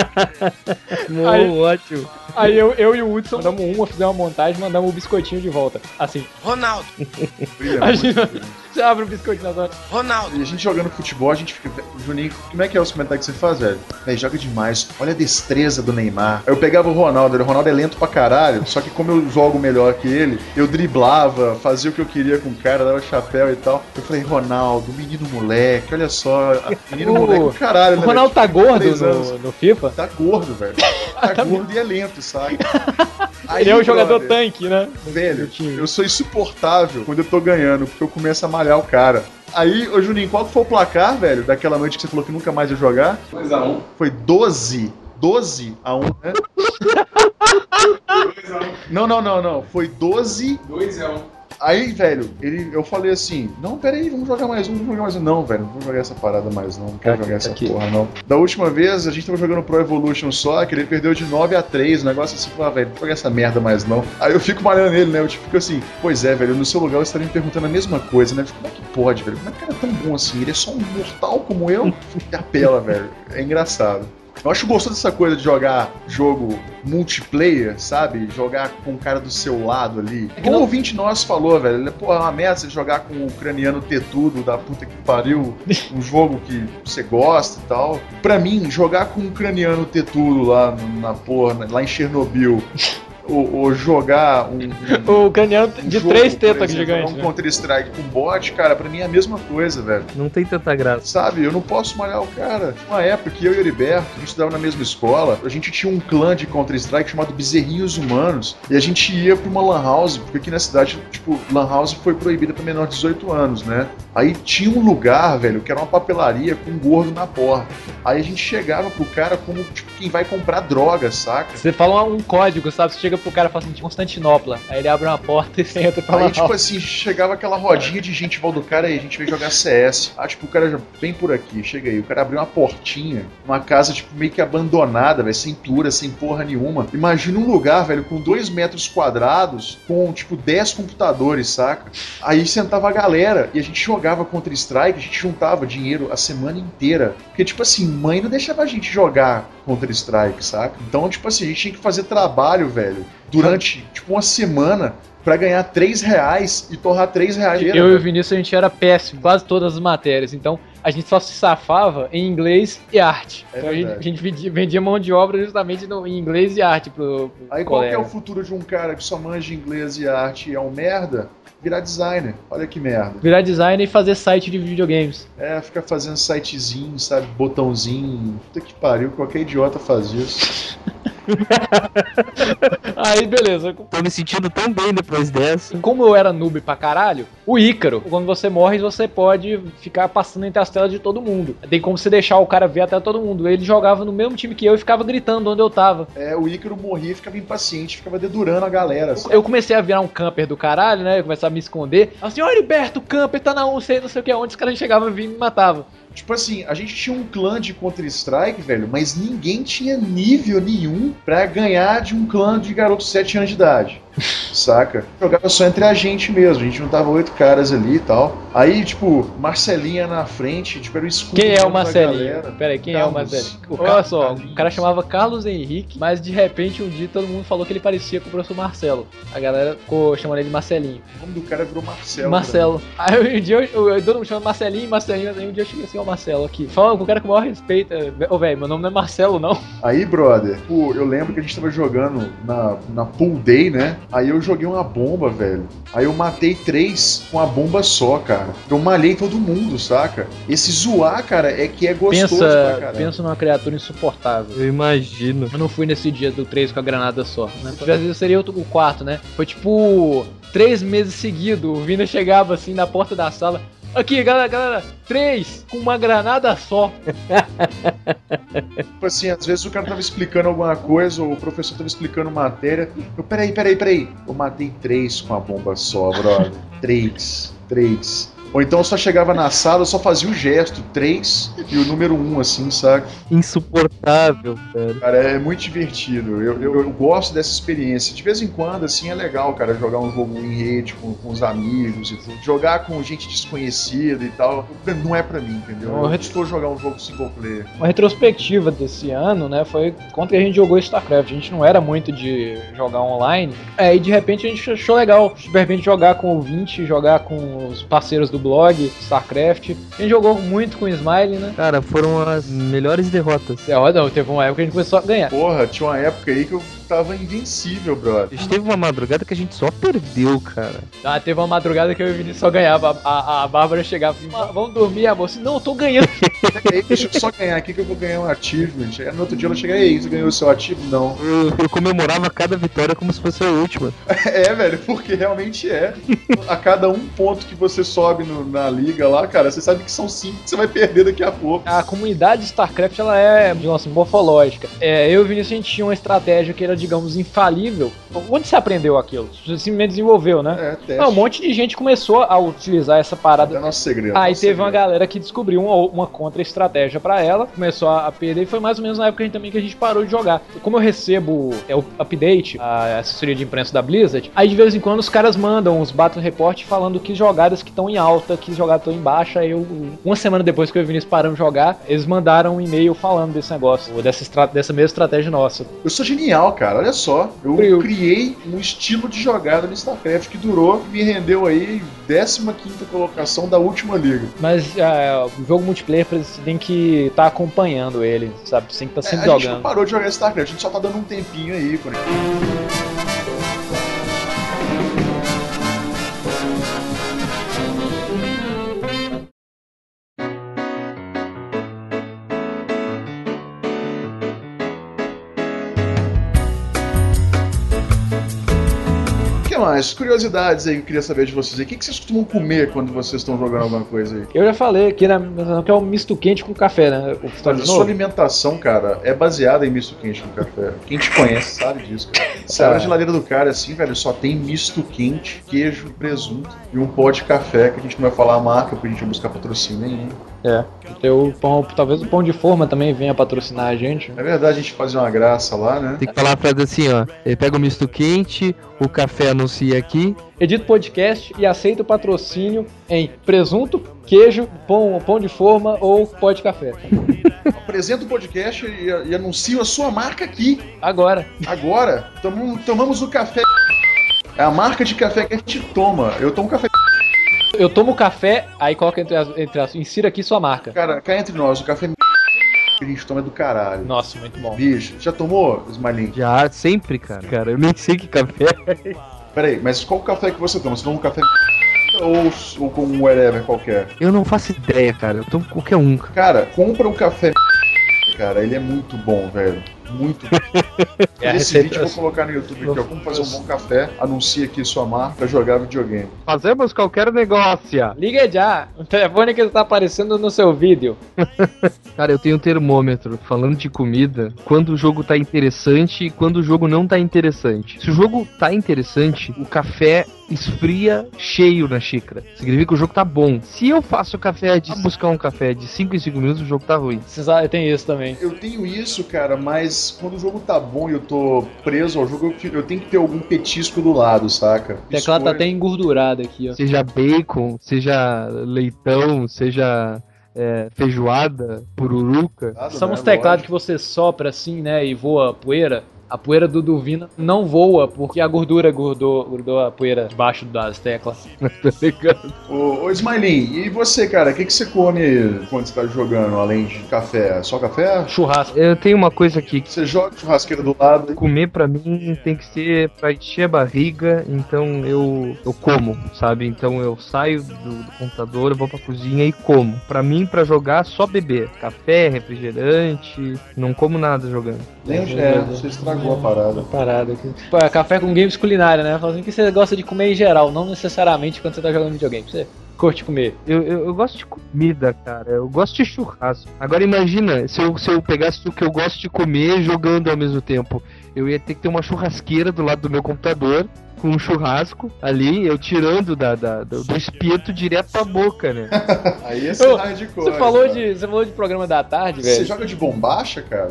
Aí, ótimo. Aí eu, eu e o Hudson mandamos uma, fizemos uma montagem e mandamos o biscoitinho de volta. Assim. Ronaldo. A gente, Você abre um biscoitinho agora. Ronaldo. E a gente jogando futebol, a gente fica... Juninho, como é que é os comentários que você faz, velho? Véi, joga demais. Olha a destreza do Neymar. Aí eu pegava o Ronaldo, o Ronaldo é lento pra caralho, só que como eu jogo melhor que ele, eu driblava, fazia o que eu queria com o cara, dava chapéu e tal. Eu falei, Ronaldo, menino moleque, olha só. Menino O- moleque, caralho, O né, Ronaldo velho? tá gordo Três anos. no, no FIFA? Tá gordo, velho. Tá gordo e é lento, sabe? Aí, Ele é o jogador brother, tanque, né? Velho, do time. eu sou insuportável quando eu tô ganhando, porque eu começo a malhar o cara. Aí, ô Juninho, qual que foi o placar, velho, daquela noite que você falou que nunca mais ia jogar? dois a um. Foi doze. doze a um, né? dois a um. Não, não, não, não. Foi doze. dois a um. Aí, velho, ele, eu falei assim, não, peraí, vamos jogar mais um, vamos jogar mais um. Não, velho, não vou jogar essa parada mais não, não quero Aqui, jogar essa aqui. porra não. Da última vez, a gente tava jogando Pro Evolution Soccer, ele perdeu de nove a três, um negócio assim, ah, velho, não vou jogar essa merda mais não. Aí eu fico malhando ele, né, eu tipo, fico assim, pois é, velho, no seu lugar eu estaria me perguntando a mesma coisa, né, como é que pode, velho, como é que o cara é tão bom assim, ele é só um mortal como eu? E apela, velho, é engraçado. Eu acho gostoso dessa coisa de jogar jogo multiplayer, sabe? Jogar com o cara do seu lado ali. Como o ouvinte nosso falou, velho, ele, pô, é uma merda você jogar com o ucraniano tetudo da puta que pariu, um jogo que você gosta e tal. Pra mim, jogar com o ucraniano tetudo lá na porra, lá em Chernobyl, ou, ou jogar um, um, O ucraniano um de jogo, três por tetas exemplo, gigantes. um né? Counter-Strike com bot, cara, pra mim é a mesma coisa, velho. Não tem tanta graça. Sabe, eu não posso malhar o cara. Tinha uma época que eu e o Heriberto, a gente estudava na mesma escola, a gente tinha um clã de Counter-Strike chamado Bezerrinhos Humanos, e a gente ia pra uma lan house, porque aqui na cidade, tipo, lan house foi proibida pra menor de dezoito anos, né? Aí tinha um lugar, velho, que era uma papelaria com um gordo na porta. Aí a gente chegava pro cara como, tipo, quem vai comprar droga, saca? Você fala um código, sabe? Você chega pro cara e fala assim, de Constantinopla. Aí ele abre uma porta e você entra pra lá. Aí, tipo assim, chegava aquela rodinha de gente em volta do cara, aí a gente veio jogar C S. Ah, tipo, o cara já vem por aqui, chega aí. O cara abriu uma portinha, uma casa, tipo, meio que abandonada, velho, sem tura, sem porra nenhuma. Imagina um lugar, velho, com dois metros quadrados, com, tipo, dez computadores, saca? Aí sentava a galera e a gente jogava Counter-Strike, a gente juntava dinheiro a semana inteira. Porque, tipo assim, mãe não deixava a gente jogar Counter-Strike, saca? Então, tipo assim, a gente tinha que fazer trabalho, velho, durante, tipo, uma semana pra ganhar três reais e torrar três reais. Eu e o Vinícius, a gente era péssimo, quase todas as matérias. Então, a gente só se safava em inglês e arte. É então, a gente, verdade. a gente vendia, vendia mão de obra justamente no, em inglês e arte pro, pro Aí qual que é colega. o futuro de um cara que só manja inglês e arte e é um merda? Virar designer. Olha que merda. Virar designer e fazer site de videogames. É, ficar fazendo sitezinho, sabe? Botãozinho. Puta que pariu, qualquer idiota faz isso. Aí, beleza. Tô me sentindo tão bem depois dessa. Como eu era noob pra caralho, o Ícaro, quando você morre, você pode ficar passando entre as telas de todo mundo. Tem como você deixar o cara ver até todo mundo. Ele jogava no mesmo time que eu e ficava gritando onde eu tava. É, o Ícaro morria e ficava impaciente, ficava dedurando a galera. sabe? Eu comecei a virar um camper do caralho, né? Eu comecei a me esconder. Assim, ó, Heriberto, o camper tá na um, sei, não sei o que, onde os caras chegavam e vinham e me matavam. Tipo assim, a gente tinha um clã de Counter-Strike, velho, mas ninguém tinha nível nenhum pra ganhar de um clã de garotos de sete anos de idade. Saca? Jogava só entre a gente mesmo, a gente juntava oito caras ali e tal. Aí, tipo, Marcelinha na frente, tipo, era o escudo. Quem é o da Marcelinho? galera. Pera aí, quem é o Carlos. Marcelinho? O Olha Carlos. só, o cara chamava Carlos Henrique, mas de repente um dia todo mundo falou que ele parecia com o professor Marcelo. A galera ficou chamando ele de Marcelinho. O nome do cara virou Marcelo. Marcelo. Aí um dia eu, eu, todo mundo chama Marcelinho, Marcelinho, aí um dia eu cheguei assim, ó, Marcelo aqui. Fala com o cara com o maior respeito. Ô, velho, meu nome não é Marcelo, não. Aí, brother, pô, eu lembro que a gente tava jogando na, na Pool Day, né? Aí eu joguei uma bomba, velho. Aí eu matei três com a bomba só, cara. Eu malhei todo mundo, saca? Esse zoar, cara, é que é gostoso pra Pensa, caramba. pensa numa criatura insuportável. Eu imagino. Eu não fui nesse dia do três com a granada só, né? Se tivesse, seria o quarto, né? Foi tipo três meses seguidos. O Vina chegava assim na porta da sala. Aqui, galera, galera, três com uma granada só. Tipo assim, às vezes o cara tava explicando alguma coisa, ou o professor tava explicando matéria. Eu, peraí, peraí, peraí. Eu matei três com a bomba só, brother. Três, três. Ou então eu só chegava na sala, eu só fazia o gesto, três e o número um, assim, saca? Insuportável, cara. Cara, é muito divertido. Eu, eu, eu gosto dessa experiência. De vez em quando, assim, é legal, cara, jogar um jogo em rede com, com os amigos e tudo. Jogar com gente desconhecida e tal, não é pra mim, entendeu? Eu estou jogar um jogo single player. Uma retrospectiva desse ano, né, foi quando a gente jogou StarCraft. A gente não era muito de jogar online. É, e de repente a gente achou legal, de repente, jogar com o ouvinte, jogar com os parceiros do do blog, StarCraft. A gente jogou muito com o Smiley, né? Cara, foram as melhores derrotas. Derrota não, teve uma época que a gente começou a ganhar. Porra, tinha uma época aí que eu tava invencível, brother. A gente teve uma madrugada que a gente só perdeu, cara. Ah, teve uma madrugada que eu e o Vinícius só ganhava. A, a, a Bárbara chegava e falava, vamos dormir, amor. Assim, não, eu tô ganhando. Aí, deixa eu só ganhar aqui que eu vou ganhar um achievement. Aí no outro dia ela chega, ei, você ganhou o seu ativo? Não. Eu, eu comemorava cada vitória como se fosse a última. É, velho, porque realmente é. A cada um ponto que você sobe no, na liga lá, cara, você sabe que são cinco que você vai perder daqui a pouco. A comunidade de StarCraft, ela é, digamos assim, morfológica. É, eu e o Vinícius, a gente tinha uma estratégia que era, digamos, infalível. Onde você aprendeu aquilo? Você simplesmente desenvolveu, né? É, teste. Não, um monte de gente começou a utilizar essa parada. É nosso segredo. Aí nosso teve segredo. uma galera que descobriu uma, uma contra-estratégia pra ela, começou a perder, e foi mais ou menos na época que a gente, também que a gente parou de jogar. Como eu recebo é, o update, a assessoria de imprensa da Blizzard, aí de vez em quando os caras mandam uns battle report falando que jogadas que estão em alta, que jogadas estão em baixa. Aí eu, uma semana depois que eu e o Vinícius paramos de jogar, eles mandaram um e-mail falando desse negócio, dessa, estra- dessa mesma estratégia nossa. Eu sou genial, cara, olha só. Eu Eu. criei um estilo de jogada no StarCraft que durou e me rendeu aí décima quinta colocação da última liga. Mas ah, o jogo multiplayer, você tem que estar acompanhando ele, sabe? Você tem que estar É, sempre a gente não jogando. parou de jogar StarCraft, a gente só tá dando um tempinho aí, por exemplo. O que mais? Curiosidades aí que eu queria saber de vocês aí. O que que vocês costumam comer quando vocês estão jogando alguma coisa aí? Eu já falei aqui, né, que é um misto quente com café, né? O que tá Mas de a sua novo. alimentação, cara, é baseada em misto quente no café. Quem te conhece sabe disso, cara. Você abre a geladeira do cara assim, velho, só tem misto quente, queijo, presunto e um pó de café, que a gente não vai falar a marca, porque a gente vai buscar patrocínio nenhum. É. Tem o pão, talvez o pão de forma também venha patrocinar a gente. É verdade, a gente fazia uma graça lá, né? Tem que falar a frase assim, ó. Ele pega o misto quente, o café anuncia aqui. Edito podcast e aceito patrocínio em presunto, queijo, pão, pão de forma ou pó de café. Apresenta o podcast e, e anuncio a sua marca aqui. Agora. Agora, tomamos, tomamos o café. É a marca de café que a gente toma. Eu tomo café. Eu tomo café, aí coloca entre as, entre as, insira aqui sua marca. Cara, cá entre nós, o café que a gente toma é do caralho. Nossa, muito bom. Bicho, já tomou, Smiling? Já, sempre, cara. Cara, eu nem sei que café é. Peraí, mas qual café que você toma? Você toma um café ou, ou com um whatever qualquer? Eu não faço ideia, cara. Eu tomo qualquer um. Cara, compra um café, cara, ele é muito bom, velho. Muito bom. É a Esse receita- vídeo eu vou colocar no YouTube aqui, ó. Como fazer um bom café, anuncia aqui sua marca pra jogar videogame. Fazemos qualquer negócio. Liga já, o telefone que está aparecendo no seu vídeo. Cara, eu tenho um termômetro falando de comida, quando o jogo tá interessante e quando o jogo não tá interessante. Se o jogo tá interessante, o café esfria cheio na xícara. Significa que o jogo tá bom. Se eu faço café de buscar um café de cinco em cinco minutos, o jogo tá ruim. Você sabe, tem isso também. Eu tenho isso, cara, mas quando o jogo tá bom e eu tô preso ao jogo, eu, fi- eu tenho que ter algum petisco do lado, saca? O teclado tá Biscoito. até engordurado aqui, ó. Seja bacon, seja leitão, seja é, feijoada, pururuca. Nada, São né? uns teclados Lógico. que você sopra assim, né, e voa poeira. A poeira do Duvina não voa, porque a gordura grudou, grudou a poeira debaixo das teclas. Tá ligado? Ô, ô Smiling, e você, cara, o que, que você come quando você tá jogando, além de café? Só café? Churrasco. Eu tenho uma coisa aqui. Você joga churrasqueira do lado e... Comer pra mim tem que ser pra encher a barriga, então eu, eu como, sabe? Então eu saio do, do computador, eu vou pra cozinha e como. Pra mim, pra jogar, só beber. Café, refrigerante, não como nada jogando. Nem o- é, você estragou a parada. Parada aqui. Pô, é café com games culinária, né? Falando que você gosta de comer em geral, não necessariamente quando você tá jogando videogame. Você curte comer. Eu, eu, eu gosto de comida, cara. Eu gosto de churrasco. Agora imagina, se eu, se eu pegasse o que eu gosto de comer jogando ao mesmo tempo. Eu ia ter que ter uma churrasqueira do lado do meu computador, com um churrasco ali, eu tirando da, da, do, do espeto direto pra boca, né? Aí ia ser Ô, hardcore. Você falou, cara. de, você falou de programa da tarde, Você velho. joga de bombacha, cara?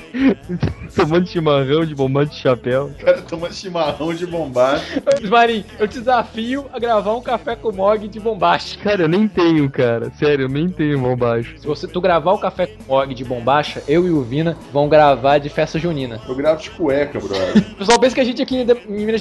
Tomando chimarrão de bombante de chapéu. O cara toma chimarrão de bombacha. Marinho, eu te desafio a gravar um café com Mog de bombacha. Cara, eu nem tenho, cara. Sério, eu nem tenho mão baixo. Se você tu gravar o café com Mog de bombacha, eu e o Vina vão gravar de festa junina. Eu gravo de cueca, brother. O pessoal pensa que a gente aqui em Minas Gerais anda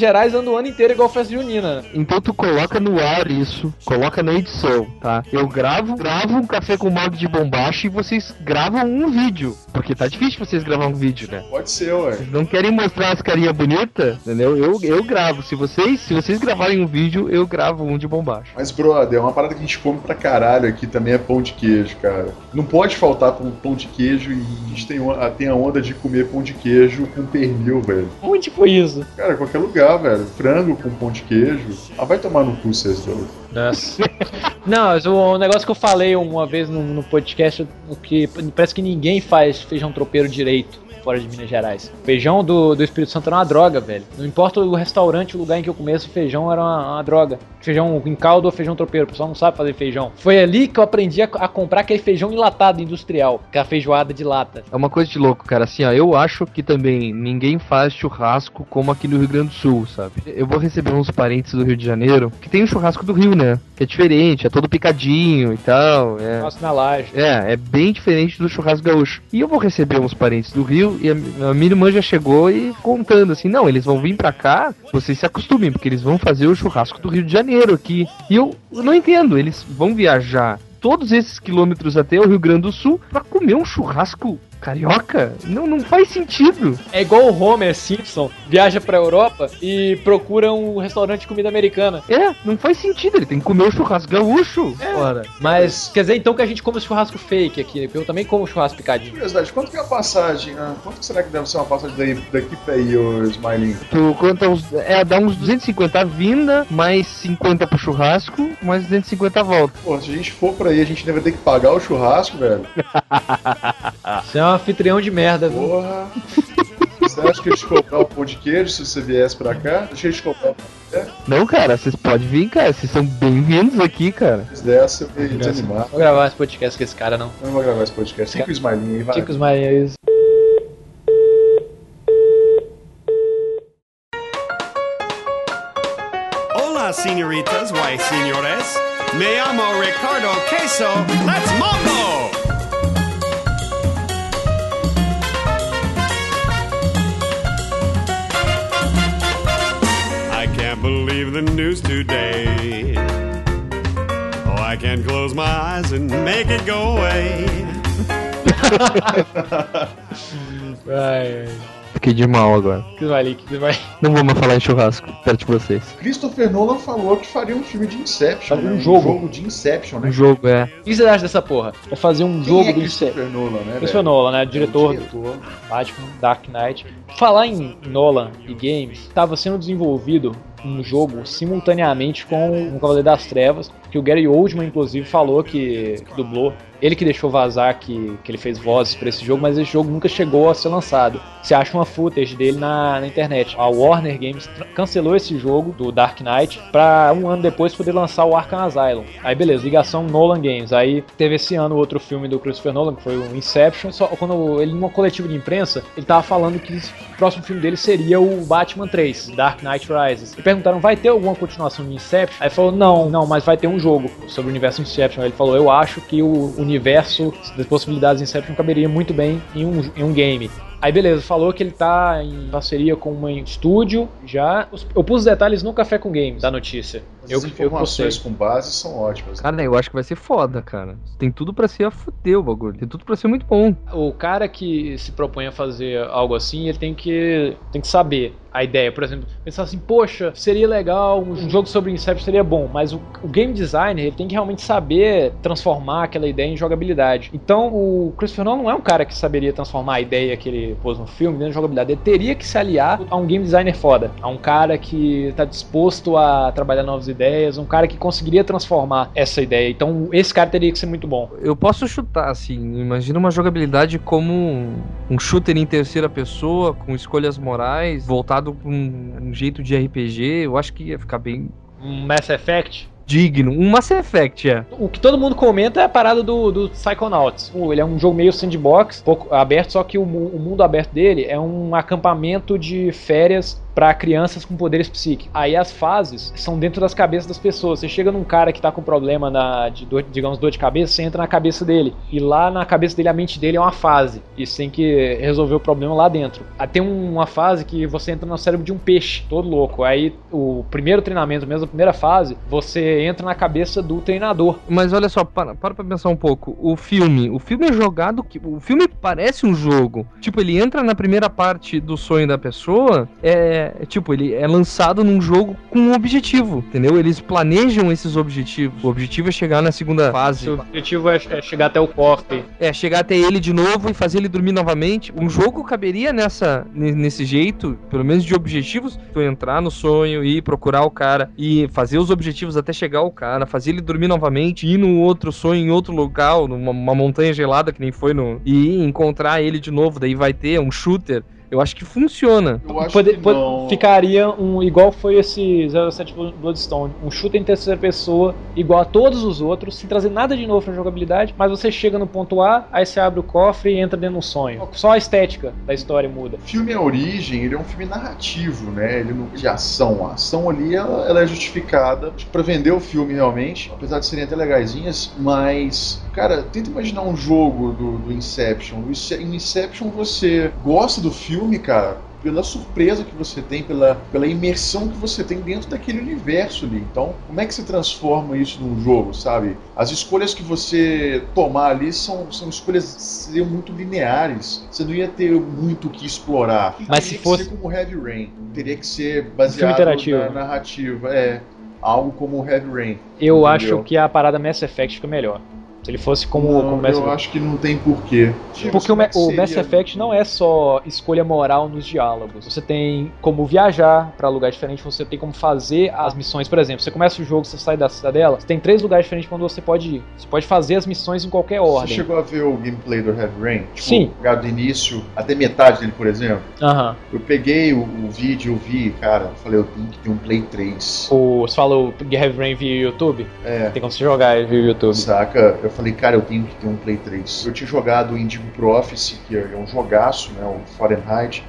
passando o ano inteiro igual festa junina. Então tu coloca no ar isso, coloca na edição, tá? Eu gravo, gravo um café com mag de bombacha e vocês gravam um vídeo. Porque tá difícil vocês gravar um vídeo, né? Pode ser, ué. Vocês não querem mostrar as carinhas bonitas, entendeu? Eu, eu gravo. Se vocês, se vocês gravarem um vídeo, eu gravo um de bombacha. Mas, brother, uma parada que a gente come pra caralho aqui também é pão de queijo, cara. Não pode faltar pão, pão de queijo e a gente tem, tem a onda de comer pão de queijo com pernil, velho. Onde foi isso? Cara, qualquer lugar, velho. Frango com pão de queijo. Ah, vai tomar no cu, vocês dois. Nossa. Não, mas o, o negócio que eu falei uma vez no, no podcast, o que parece que ninguém faz feijão tropeiro direito fora de Minas Gerais. Feijão do, do Espírito Santo era uma droga, velho. Não importa o restaurante, o lugar em que eu começo, feijão era uma, uma droga. Feijão em caldo ou feijão tropeiro, o pessoal não sabe fazer feijão. Foi ali que eu aprendi a, a comprar aquele feijão enlatado industrial, aquela feijoada de lata. É uma coisa de louco, cara. Assim, ó, eu acho que também ninguém faz churrasco como aqui no Rio Grande do Sul, sabe? Eu vou receber uns parentes do Rio de Janeiro, que tem o churrasco do Rio, né? Que é diferente, é todo picadinho e tal. É... Nossa, na laje. É, é bem diferente do churrasco gaúcho. E eu vou receber uns parentes do Rio e a, a minha irmã já chegou e contando assim, não, eles vão vir pra cá, vocês se acostumem, porque eles vão fazer o churrasco do Rio de Janeiro aqui. E eu, eu não entendo, eles vão viajar todos esses quilômetros até o Rio Grande do Sul pra comer um churrasco carioca? Não, não faz sentido. É igual o Homer Simpson viaja pra Europa e procura um restaurante de comida americana. É, não faz sentido, ele tem que comer o churrasco gaúcho. É. Ora. Mas quer dizer então que a gente come o churrasco fake aqui, porque eu também como churrasco picadinho. Curiosidade, quanto que é a passagem? Ah, quanto será que deve ser uma passagem daí, daqui pra aí, ô Smiling? Tu conta uns, é, dá uns duzentos e cinquenta a vinda, mais cinquenta pro churrasco, mais duzentos e cinquenta a volta. Pô, se a gente for pra aí, a gente deve ter que pagar o churrasco, velho. Você é um anfitrião de merda, viu? Porra. Você acha que eles cobrar o pão de queijo se você viesse pra cá? Deixa eles cobrar o pão de queijo. Não, cara, vocês podem vir, cara. Vocês são bem-vindos aqui, cara. Se dessa, eu ia desanimar. Vou gravar esse podcast com esse cara, não. Eu não vou gravar esse podcast. Fica o Smiling aí, vai. Fica os mais... Hola, senoritas, why, senores? Me llamo Ricardo Queso. Let's mambo! I can't believe the news today. Oh, I can't close my eyes and make it go away. Ai, Fiquei de mal agora. que vai que vai. Não vou mais falar em churrasco perto de vocês. Christopher Nolan falou que faria um filme de Inception. Faria né? um jogo. jogo de Inception, né? O jogo é. O que você acha dessa porra? É fazer um Quem jogo é do Christopher Inception. Nolan, né? Christopher velho? Nolan, né? É o Diretor, diretor. do Batman, Dark Knight. Falar em Nolan e games, estava sendo desenvolvido um jogo simultaneamente com o Cavaleiro das Trevas, que o Gary Oldman, inclusive, falou que, que dublou. Ele que deixou vazar que, que ele fez vozes para esse jogo, mas esse jogo nunca chegou a ser lançado. Você acha uma footage dele na, na internet. A Warner Games cancelou esse jogo do Dark Knight pra um ano depois poder lançar o Arkham Asylum. Aí beleza, ligação Nolan Games. Aí teve esse ano outro filme do Christopher Nolan, que foi o Inception. Só quando ele, numa coletiva de imprensa, ele tava falando que o próximo filme dele seria o Batman três, Dark Knight Rises. E perguntaram, vai ter alguma continuação de Inception? Aí ele falou, não, não, mas vai ter um jogo sobre o universo Inception. Aí ele falou, eu acho que o universo das possibilidades de Inception caberia muito bem em um, em um game. Aí beleza, falou que ele tá em parceria com um estúdio já. Eu pus os detalhes no Café com Games da notícia. As Eu, informações eu com base são ótimas. Cara, eu acho que vai ser foda, cara. Tem tudo pra ser a fuder o bagulho. Tem tudo pra ser muito bom. O cara que se propõe a fazer algo assim, ele tem que, tem que saber a ideia. Por exemplo, pensar assim, poxa, seria legal, um jogo sobre Inception seria bom, mas o, o game designer, ele tem que realmente saber transformar aquela ideia em jogabilidade. Então, o Christopher Nolan não é um cara que saberia transformar a ideia que ele pôs no filme dentro de jogabilidade. Ele teria que se aliar a um game designer foda, a um cara que tá disposto a trabalhar novas ideias, um cara que conseguiria transformar essa ideia. Então, esse cara teria que ser muito bom. Eu posso chutar, assim, imagina uma jogabilidade como um, um shooter em terceira pessoa, com escolhas morais, voltado com um jeito de R P G, eu acho que ia ficar bem Um Mass Effect. digno. Um Mass Effect, é. O que todo mundo comenta é a parada do, do Psychonauts. Ele é um jogo meio sandbox, pouco aberto, só que o, o mundo aberto dele é um acampamento de férias pra crianças com poderes psíquicos. Aí as fases são dentro das cabeças das pessoas. Você chega num cara que tá com problema na, de dor, digamos, dor de cabeça, você entra na cabeça dele. E lá na cabeça dele, a mente dele é uma fase. E você tem que resolver o problema lá dentro. Aí tem uma fase que você entra no cérebro de um peixe, todo louco. Aí o primeiro treinamento, mesmo a primeira fase, você entra na cabeça do treinador. Mas olha só, para, para pra pensar um pouco. O filme, o filme é jogado, o filme parece um jogo. Tipo, ele entra na primeira parte do sonho da pessoa, é, tipo, ele é lançado num jogo com um objetivo, entendeu? Eles planejam esses objetivos. O objetivo é chegar na segunda fase. O objetivo é chegar até o cofre. É, chegar até ele de novo e fazer ele dormir novamente. Um jogo caberia nessa, nesse jeito, pelo menos de objetivos, tu entrar no sonho e procurar o cara e fazer os objetivos até chegar ao cara, fazer ele dormir novamente, ir no outro sonho, em outro local, numa uma montanha gelada que nem foi no... e encontrar ele de novo, daí vai ter um shooter. Eu acho que funciona. Eu acho Pode, que pode, não. Ficaria um igual foi esse zero sete Bloodstone, um shooter em terceira pessoa, igual a todos os outros, sem trazer nada de novo pra jogabilidade, mas você chega no ponto A, aí você abre o cofre e entra dentro do sonho. Só a estética da história muda. O filme A Origem, ele é um filme narrativo, né? Ele não é de ação. A ação ali, ela, ela é justificada pra vender o filme realmente, apesar de serem até legaisinhas, mas, cara, tenta imaginar um jogo do, do Inception. No Inception você gosta do filme, filme, cara, pela surpresa que você tem, pela, pela imersão que você tem dentro daquele universo ali. Então, como é que você transforma isso num jogo, sabe? As escolhas que você tomar ali são, são escolhas seriam muito lineares. Você não ia ter muito o que explorar. Mas teria se que fosse ser como Heavy Rain. Teria que ser baseado interativo. na narrativa. É, algo como Heavy Rain. Eu entendeu? acho que a parada Mass Effect fica melhor. Se ele fosse como, não, como Mass eu Effect. acho que não tem porquê. Porque o, Ma- o Mass Effect não é só escolha moral nos diálogos. Você tem como viajar pra lugar diferente, você tem como fazer as missões. Por exemplo, você começa o jogo, você sai da cidadela, você tem três lugares diferentes pra onde você pode ir. Você pode fazer as missões em qualquer ordem. Você chegou a ver o gameplay do Heavy Rain? Tipo, Sim. Do início até metade dele, por exemplo? Aham. Eu peguei o, o vídeo, eu vi, cara, eu falei, eu tenho que ter um Play três. O, você falou Heavy Rain via YouTube? É. Tem como você jogar via YouTube. Saca? Eu falei, cara, eu tenho que ter um Play três. Eu tinha jogado o Indigo Prophecy, que é um jogaço, né, o Fahrenheit,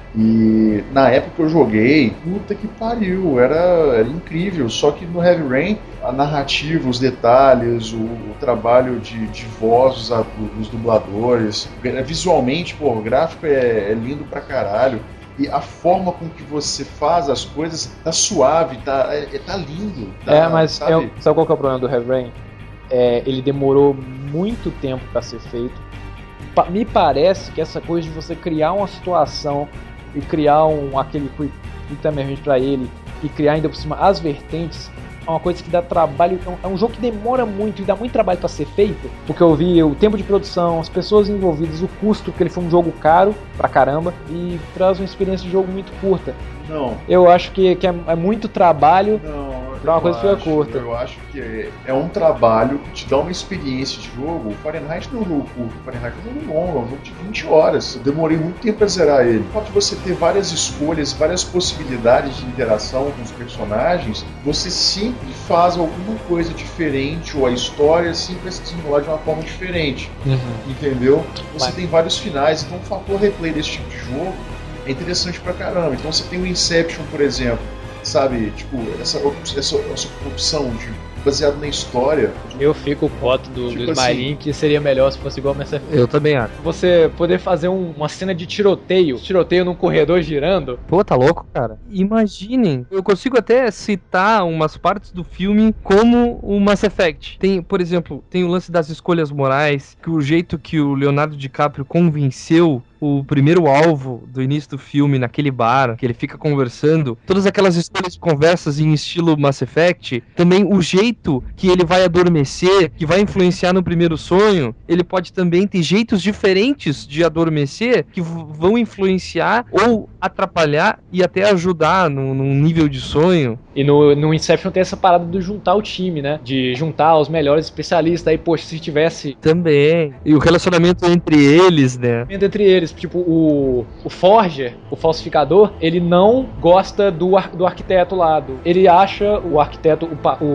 e na época que eu joguei, puta que pariu, era, era incrível, só que no Heavy Rain, a narrativa, os detalhes, o, o trabalho de, de voz dos dubladores, visualmente, pô, o gráfico é, é lindo pra caralho. E a forma com que você faz as coisas tá suave, tá, é, tá lindo. Tá, é, mas sabe? É, sabe qual que é o problema do Heavy Rain? É, ele demorou muito tempo pra ser feito. Pa- me parece que essa coisa de você criar uma situação e criar um, aquele quick time event pra ele e criar ainda por cima as vertentes é uma coisa que dá trabalho, é um, é um jogo que demora muito e dá muito trabalho pra ser feito, porque eu vi o tempo de produção, as pessoas envolvidas, o custo, porque ele foi um jogo caro pra caramba e traz uma experiência de jogo muito curta. Não. Eu acho que, que é, é muito trabalho. Não, Pra uma eu coisa que fica acho- curta. Eu acho que é, é um trabalho que te dá uma experiência de jogo. O Fahrenheit não é um jogo curto, o Fahrenheit é um jogo longo, é um jogo de vinte horas. Eu demorei muito tempo pra zerar ele. O fato de você ter várias escolhas, várias possibilidades de interação com os personagens, você sempre faz alguma coisa diferente, ou a história sempre vai se desenrolar de uma forma diferente. Entendeu? Você Mas- tem vários finais, então o fator replay desse tipo de jogo é interessante pra caramba. Então você tem o Inception, por exemplo, sabe? Tipo, essa, op- essa, essa opção de baseado na história. Eu fico com o voto do, Tipo do Smiling, que seria melhor se fosse igual ao Mass Effect. Eu também acho. Você poder fazer um- uma cena de tiroteio, tiroteio num corredor girando. Pô, tá louco, cara? Imaginem, eu consigo até citar umas partes do filme como o Mass Effect. Tem, por exemplo, tem o lance das escolhas morais, que o jeito que o Leonardo DiCaprio convenceu o primeiro alvo do início do filme naquele bar, que ele fica conversando, todas aquelas histórias de conversas em estilo Mass Effect, também o jeito que ele vai adormecer, que vai influenciar no primeiro sonho, ele pode também ter jeitos diferentes de adormecer que v- vão influenciar ou atrapalhar e até ajudar no, num nível de sonho. E no, no Inception tem essa parada do juntar o time, né? De juntar os melhores especialistas. Aí, poxa, se tivesse Também. E o relacionamento entre eles, né? entre eles, tipo, o, o Forger, o falsificador, ele não gosta do, ar- do arquiteto lá. do- Ele acha o arquiteto, o, pa- o parceiro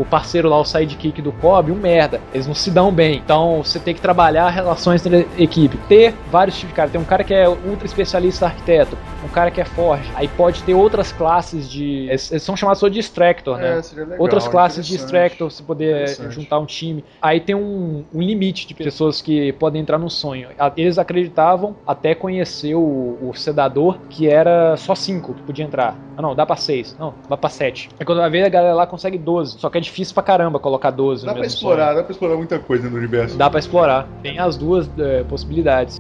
parceiro lá, o sidekick do Cobb, um merda. Eles não se dão bem. Então você tem que trabalhar relações entre a equipe. Ter vários tipos de cara. Tem um cara que é ultra especialista arquiteto, um cara que é forge. Aí pode ter outras classes de... Eles, eles são chamados só de Distractor, né? É, seria legal, outras classes de interessante. Distractor, você poder juntar um time. Aí tem um, um limite de pessoas que podem entrar no sonho. Eles acreditavam, até conhecer o, o sedador, que era só cinco que podia entrar. Ah, não, dá pra seis. Não, dá pra sete. Aí quando vai ver, a galera lá consegue doze. Só que é difícil pra caramba colocar doze Dá no pra mesmo explorar, sonho. dá pra explorar muita coisa no universo. Dá pra explorar. Tem as duas é, possibilidades.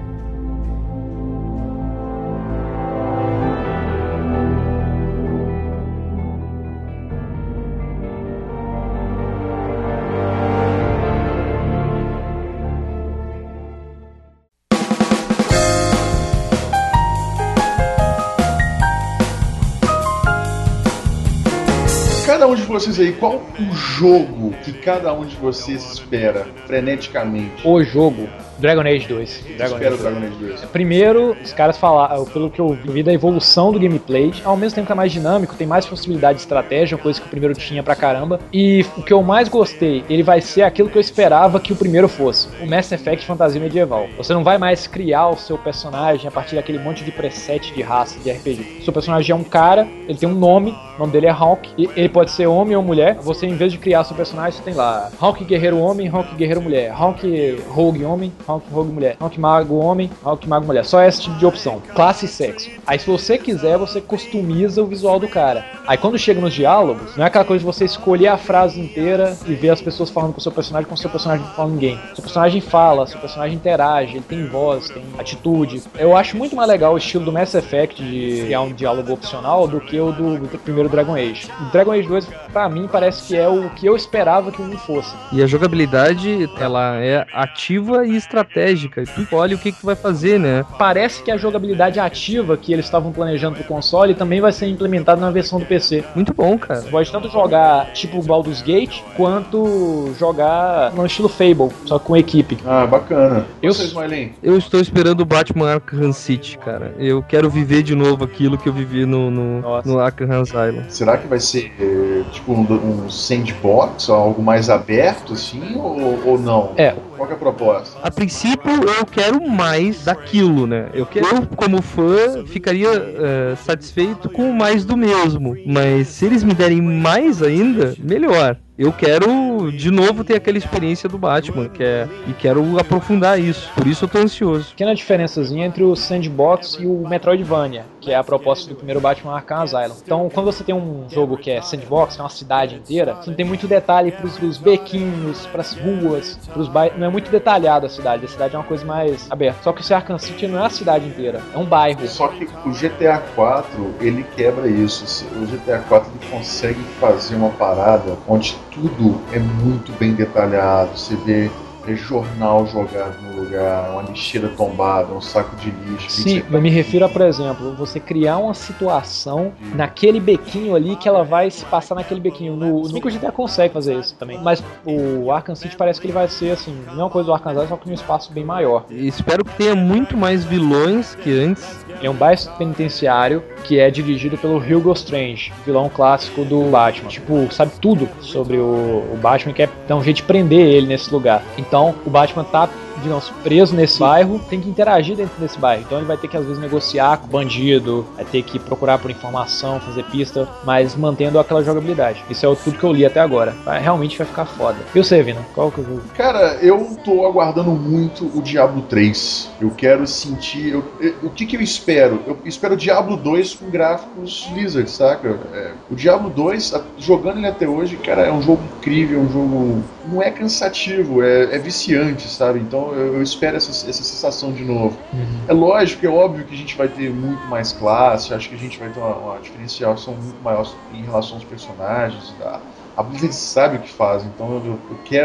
Cada um de vocês aí, qual o jogo que cada um de vocês espera freneticamente? O jogo, Dragon Age dois. Dragon Espera o Age Dragon Age dois. Primeiro, os caras falaram, pelo que eu vi da evolução do gameplay, ao mesmo tempo que é mais dinâmico, tem mais possibilidade de estratégia, coisa que o primeiro tinha pra caramba. E o que eu mais gostei, ele vai ser aquilo que eu esperava que o primeiro fosse, o Mass Effect Fantasia Medieval. Você não vai mais criar o seu personagem a partir daquele monte de preset de raça de R P G. O seu personagem é um cara, ele tem um nome, o nome dele é Hawk, e ele pode ser homem ou mulher. Você, em vez de criar seu personagem, você tem lá Hawk Guerreiro Homem, Hawk Guerreiro Mulher, Hawk Rogue Homem, Hawk Rogue Mulher, Hawk Mago Homem, Hawk Mago Mulher. Só esse tipo de opção. Classe e sexo. Aí se você quiser, você customiza o visual do cara. Aí quando chega nos diálogos, não é aquela coisa de você escolher a frase inteira e ver as pessoas falando com o seu personagem como se o seu personagem não fala ninguém. Seu personagem fala, seu personagem interage, ele tem voz, tem atitude. Eu acho muito mais legal o estilo do Mass Effect de criar um diálogo opcional do que o do, do primeiro Dragon Age. O Dragon Age dois, pra mim, parece que é o que eu esperava que o um fosse. E a jogabilidade, ela é ativa e estratégica. Tu escolhe o que que tu vai fazer, né? Parece que a jogabilidade ativa que eles estavam planejando pro console também vai ser implementada na versão do P C. Muito bom, cara. Você pode tanto jogar tipo Baldur's Gate, quanto jogar no estilo Fable, só com equipe. Ah, bacana. Eu- Você, Smiling? Eu estou esperando o Batman Arkham City, cara. Eu quero viver de novo aquilo que eu vivi no, no, Nossa. no Arkham Asylum. Será que vai ser eh, tipo um, um sandbox, ou algo mais aberto assim, ou, ou não? É. Qual que é a proposta? A princípio, eu quero mais daquilo, né? Eu, quero, eu como fã, ficaria eh, satisfeito com mais do mesmo. Mas se eles me derem mais ainda, melhor. Eu quero, de novo, ter aquela experiência do Batman, que é, e quero aprofundar isso. Por isso eu tô ansioso. Pequena diferençazinha entre o Sandbox e o Metroidvania, que é a proposta do primeiro Batman Arkham Asylum. Então, quando você tem um jogo que é Sandbox, que é uma cidade inteira, você não tem muito detalhe pros, pros bequinhos, pras ruas, pros bairros. Não é muito detalhado a cidade. A cidade é uma coisa mais aberta. Só que o Arkham City não é a cidade inteira, é um bairro. Só que o G T A quatro, ele quebra isso. O G T A quatro ele consegue fazer uma parada onde tudo é muito bem detalhado. Você vê é jornal jogado no lugar, uma lixeira tombada, um saco de lixo. Sim, eu me refiro a, por exemplo, você criar uma situação naquele bequinho ali que ela vai se passar naquele bequinho. No, no G T A consegue fazer isso também. Mas o Arkham City parece que ele vai ser assim, não é uma coisa do Arkham Asylum, só que num espaço bem maior. E espero que tenha muito mais vilões que antes. Ele é um bairro penitenciário que é dirigido pelo Hugo Strange, vilão clássico do Batman. Tipo, sabe tudo sobre o, o Batman e quer dar um jeito de prender ele nesse lugar. Então, o Batman tá, digamos, preso nesse bairro, tem que interagir dentro desse bairro. Então ele vai ter que, às vezes, negociar com o bandido, vai ter que procurar por informação, fazer pista, mas mantendo aquela jogabilidade. Isso é tudo que eu li até agora. Vai, realmente vai ficar foda. E você, Vina? Qual que eu vou... Cara, eu tô aguardando muito o Diablo três. Eu quero sentir... Eu, eu, o que que eu espero? Eu espero o Diablo dois com gráficos Blizzard, saca? É, o Diablo dois, a- jogando ele até hoje, cara, é um jogo incrível, é um jogo... Não é cansativo, é, é viciante, sabe? Então eu, eu espero essa, essa sensação de novo. Uhum. É lógico, é óbvio que a gente vai ter muito mais classe, acho que a gente vai ter uma, uma diferenciação muito maior em relação aos personagens. A, a Blizzard sabe o que faz, então eu, eu quero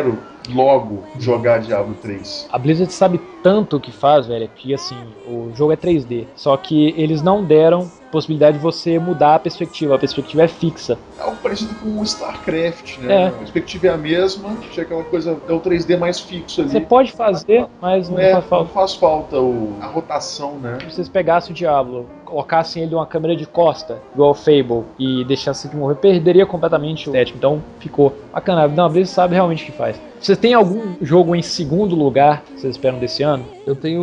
logo jogar Diablo três? A Blizzard sabe tanto o que faz, velho, que assim, o jogo é três D, só que eles não deram possibilidade de você mudar a perspectiva, a perspectiva é fixa. É algo parecido com o StarCraft, né? É. A perspectiva é a mesma, tinha aquela coisa, é o três D mais fixo ali. Você pode fazer, mas não é, faz falta. Não faz falta o, a rotação, né? Se vocês pegassem o Diablo, colocassem ele uma câmera de costa, igual o Fable, e deixassem ele morrer, perderia completamente o estético. Então ficou bacana. Não, a Blizzard sabe realmente o que faz. Vocês têm algum jogo em segundo lugar que vocês esperam desse ano? Eu tenho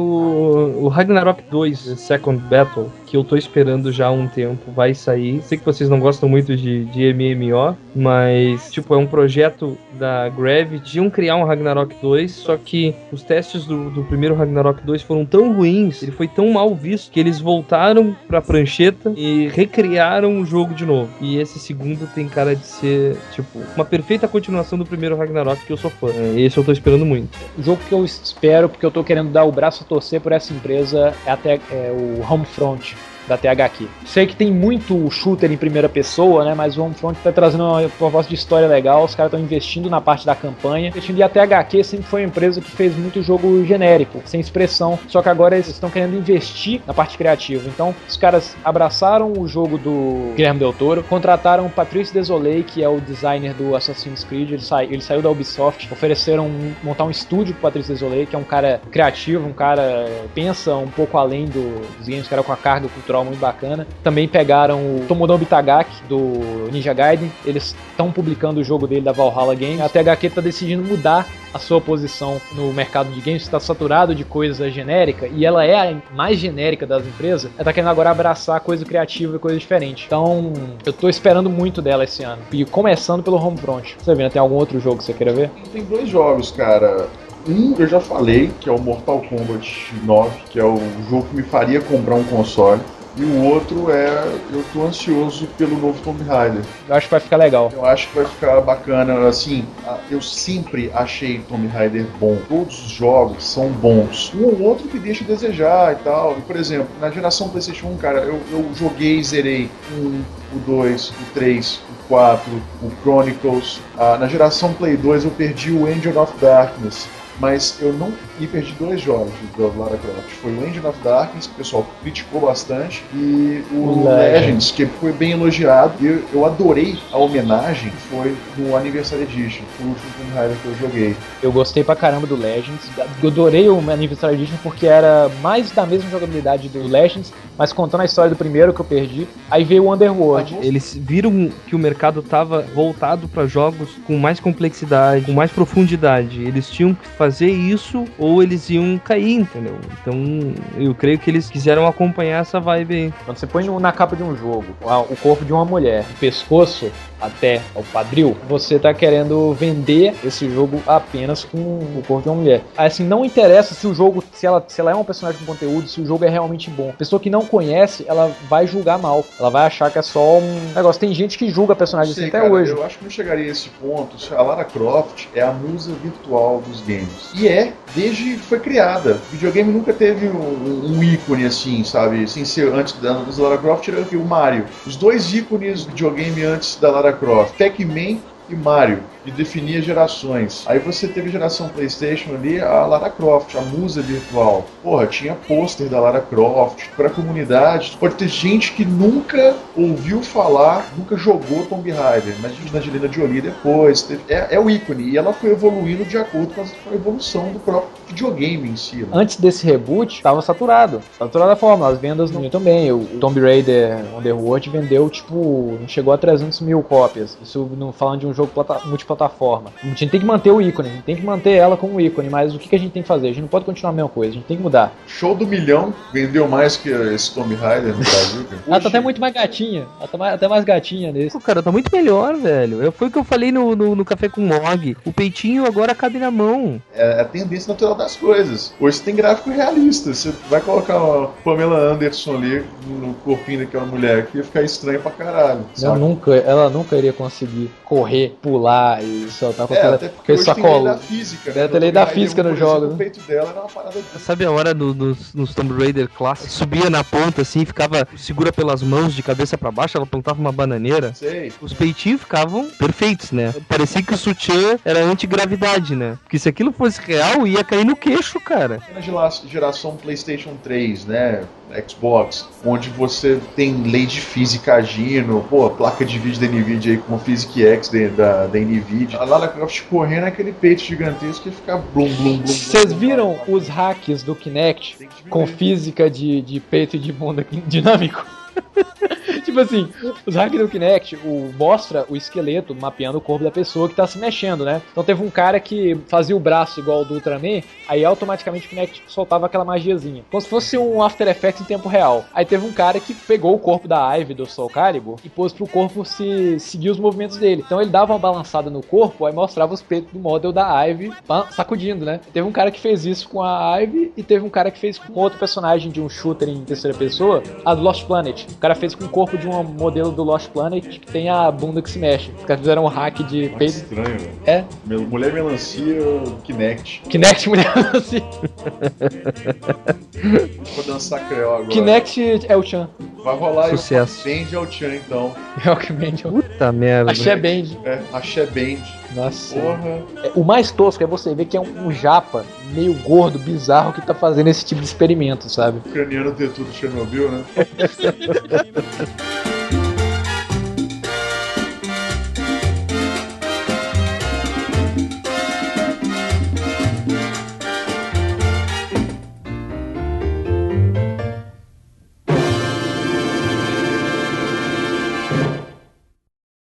o Ragnarok dois, Second Battle, que eu tô esperando já há um tempo, vai sair. Sei que vocês não gostam muito de, de M M O, mas, tipo, é um projeto da Gravity, iam criar um Ragnarok dois, só que os testes do, do primeiro Ragnarok dois foram tão ruins, ele foi tão mal visto, que eles voltaram pra prancheta e recriaram o jogo de novo. E esse segundo tem cara de ser, tipo, uma perfeita continuação do primeiro Ragnarok, que eu sou fã. Esse eu tô esperando muito. O jogo que eu espero, porque eu tô querendo dar o braço a torcer por essa empresa, é até é o Homefront da T H Q. Sei que tem muito shooter em primeira pessoa, né? Mas o Homefront tá trazendo uma proposta de história legal, os caras estão investindo na parte da campanha. E a T H Q sempre foi uma empresa que fez muito jogo genérico, sem expressão, só que agora eles estão querendo investir na parte criativa. Então, os caras abraçaram o jogo do Guilherme Del Toro, contrataram o Patrice Désolé, que é o designer do Assassin's Creed, ele, sa ele saiu da Ubisoft, ofereceram um, montar um estúdio pro Patrice Désolé, que é um cara criativo, um cara pensa um pouco além do, dos games, um cara com a carga cultural muito bacana. Também pegaram o Tomonobu Tagaki do Ninja Gaiden, eles estão publicando o jogo dele da Valhalla Games. A T H Q está decidindo mudar a sua posição no mercado de games, está saturado de coisa genérica, e ela é a mais genérica das empresas, ela está querendo agora abraçar coisa criativa e coisa diferente. Então, eu estou esperando muito dela esse ano. E começando pelo Homefront. Você vê, né? Tem algum outro jogo que você queira ver? Tem dois jogos, cara. Um eu já falei, que é o Mortal Kombat nove, que é o jogo que me faria comprar um console. E o outro é, eu tô ansioso pelo novo Tomb Raider. Eu acho que vai ficar legal. Eu acho que vai ficar bacana, assim, eu sempre achei Tomb Raider bom. Todos os jogos são bons. Um ou outro que deixa a desejar e tal. E, por exemplo, na geração PlayStation um, cara, eu, eu joguei e zerei um, o dois, o três, o quatro, o Chronicles. Ah, na geração Play dois eu perdi o Engine of Darkness. Mas eu não me perdi dois jogos da Lara Croft. Foi o Engine of Darkness, que o pessoal criticou bastante, e o Legends, que foi bem elogiado. E eu, eu adorei a homenagem que foi no Anniversary Edition, foi o último Tomb Raider que eu joguei. Eu gostei pra caramba do Legends. Eu adorei o Anniversary Edition porque era mais da mesma jogabilidade do Legends, mas contando a história do primeiro que eu perdi. Aí veio o Underworld. Eles viram que o mercado tava voltado pra jogos com mais complexidade, com mais profundidade. Eles tinham que fazer isso ou eles iam cair, entendeu? Então eu creio que eles quiseram acompanhar essa vibe aí. Quando você põe no, na capa de um jogo o corpo de uma mulher, o pescoço até o quadril, você tá querendo vender esse jogo apenas com o corpo de uma mulher. Assim, não interessa se o jogo, se ela, se ela é um personagem com conteúdo, se o jogo é realmente bom. A pessoa que não conhece, ela vai julgar mal. Ela vai achar que é só um negócio. Tem gente que julga personagem assim até cara, hoje. Eu acho que não chegaria a esse ponto se a Lara Croft é a musa virtual dos games. E é, desde que foi criada. O videogame nunca teve um, um ícone assim, sabe? Sem ser antes da Lara Croft, era o Mario. Os dois ícones do videogame antes da Lara Croft, Pac-Man e Mario, de definir gerações. Aí você teve a geração PlayStation ali, a Lara Croft, a musa virtual. Porra, tinha pôster da Lara Croft. Pra comunidade, pode ter gente que nunca ouviu falar, nunca jogou Tomb Raider, mas a gente na Angelina Jolie depois. Teve, é, é o ícone, e ela foi evoluindo de acordo com a evolução do próprio videogame em si. Né? Antes desse reboot, tava saturado. Saturado a forma, as vendas não iam tão bem. O Tomb Raider Underworld vendeu, tipo, não chegou a trezentos mil cópias. Isso não falando de um jogo plata- multiplataforma. A gente tem que manter o ícone, a gente tem que manter ela como ícone, mas o que, que a gente tem que fazer? A gente não pode continuar a mesma coisa, a gente tem que mudar. Show do Milhão vendeu mais que esse Tomb Raider no Brasil. Cara. Ela tá até muito mais gatinha, ela tá mais, até mais gatinha nesse. Pô, cara, tá muito melhor, velho. Foi o que eu falei no, no, no Café com Mog. O peitinho agora cabe na mão. É a tendência natural das coisas. Hoje você tem gráfico realista. Você vai colocar a Pamela Anderson ali no corpinho daquela mulher que ia ficar estranho pra caralho. Eu nunca, ela nunca iria conseguir correr, pular Aí só tá com É, aquela. até porque aquele hoje tem lei sacola. da física, né? Deve ter lei da Tomb Raider física um, no por exemplo, jogo, O peito dela era uma parada... Sabe a hora do, dos, nos Tomb Raider clássicos? Subia na ponta assim, ficava segura pelas mãos de cabeça pra baixo, ela plantava uma bananeira. Sei. Os peitinhos ficavam perfeitos, né? Parecia que o sutiã era antigravidade, né? Porque se aquilo fosse real, ia cair no queixo, cara. Na gera- geração PlayStation três, né? Xbox, onde você tem lei de física agindo, pô, a placa de vídeo da Nvidia aí com o Physic X de- da, da Nvidia. A Lara Croft correndo aquele peito gigantesco e fica blum, blum, blum, blum. Vocês blum, viram blum, blum. os hacks do Kinect Tem que diminuir. com física de, de peito e de bunda dinâmico? Tipo assim, os hacks do Kinect o, mostra o esqueleto mapeando o corpo da pessoa que tá se mexendo, né? Então teve um cara que fazia o braço igual o do Ultraman, aí automaticamente o Kinect soltava aquela magiazinha. Como se fosse um After Effects em tempo real. Aí teve um cara que pegou o corpo da Ivy do Soul Calibur e pôs pro corpo se seguir os movimentos dele. Então ele dava uma balançada no corpo, aí mostrava os peitos do model da Ivy sacudindo, né? Teve um cara que fez isso com a Ivy e teve um cara que fez com outro personagem de um shooter em terceira pessoa, a do Lost Planet. O cara fez com o corpo de um modelo do Lost Planet que tem a bunda que se mexe. Os caras fizeram um hack de Nossa, peito. estranho, velho. É, Mel- Mulher Melancia, Kinect. Kinect mulher assim. Vou dançar creol agora. Kinect é o Chan. Vai rolar Sucesso. aí o Band ao Tchan, então. É o que vende. Puta merda. Axé Band. É, Axé Band. Nossa. Porra. É, o mais tosco é você ver que é um, um japa meio gordo, bizarro, que tá fazendo esse tipo de experimento, sabe? Ucraniano ter tudo Chernobyl, né?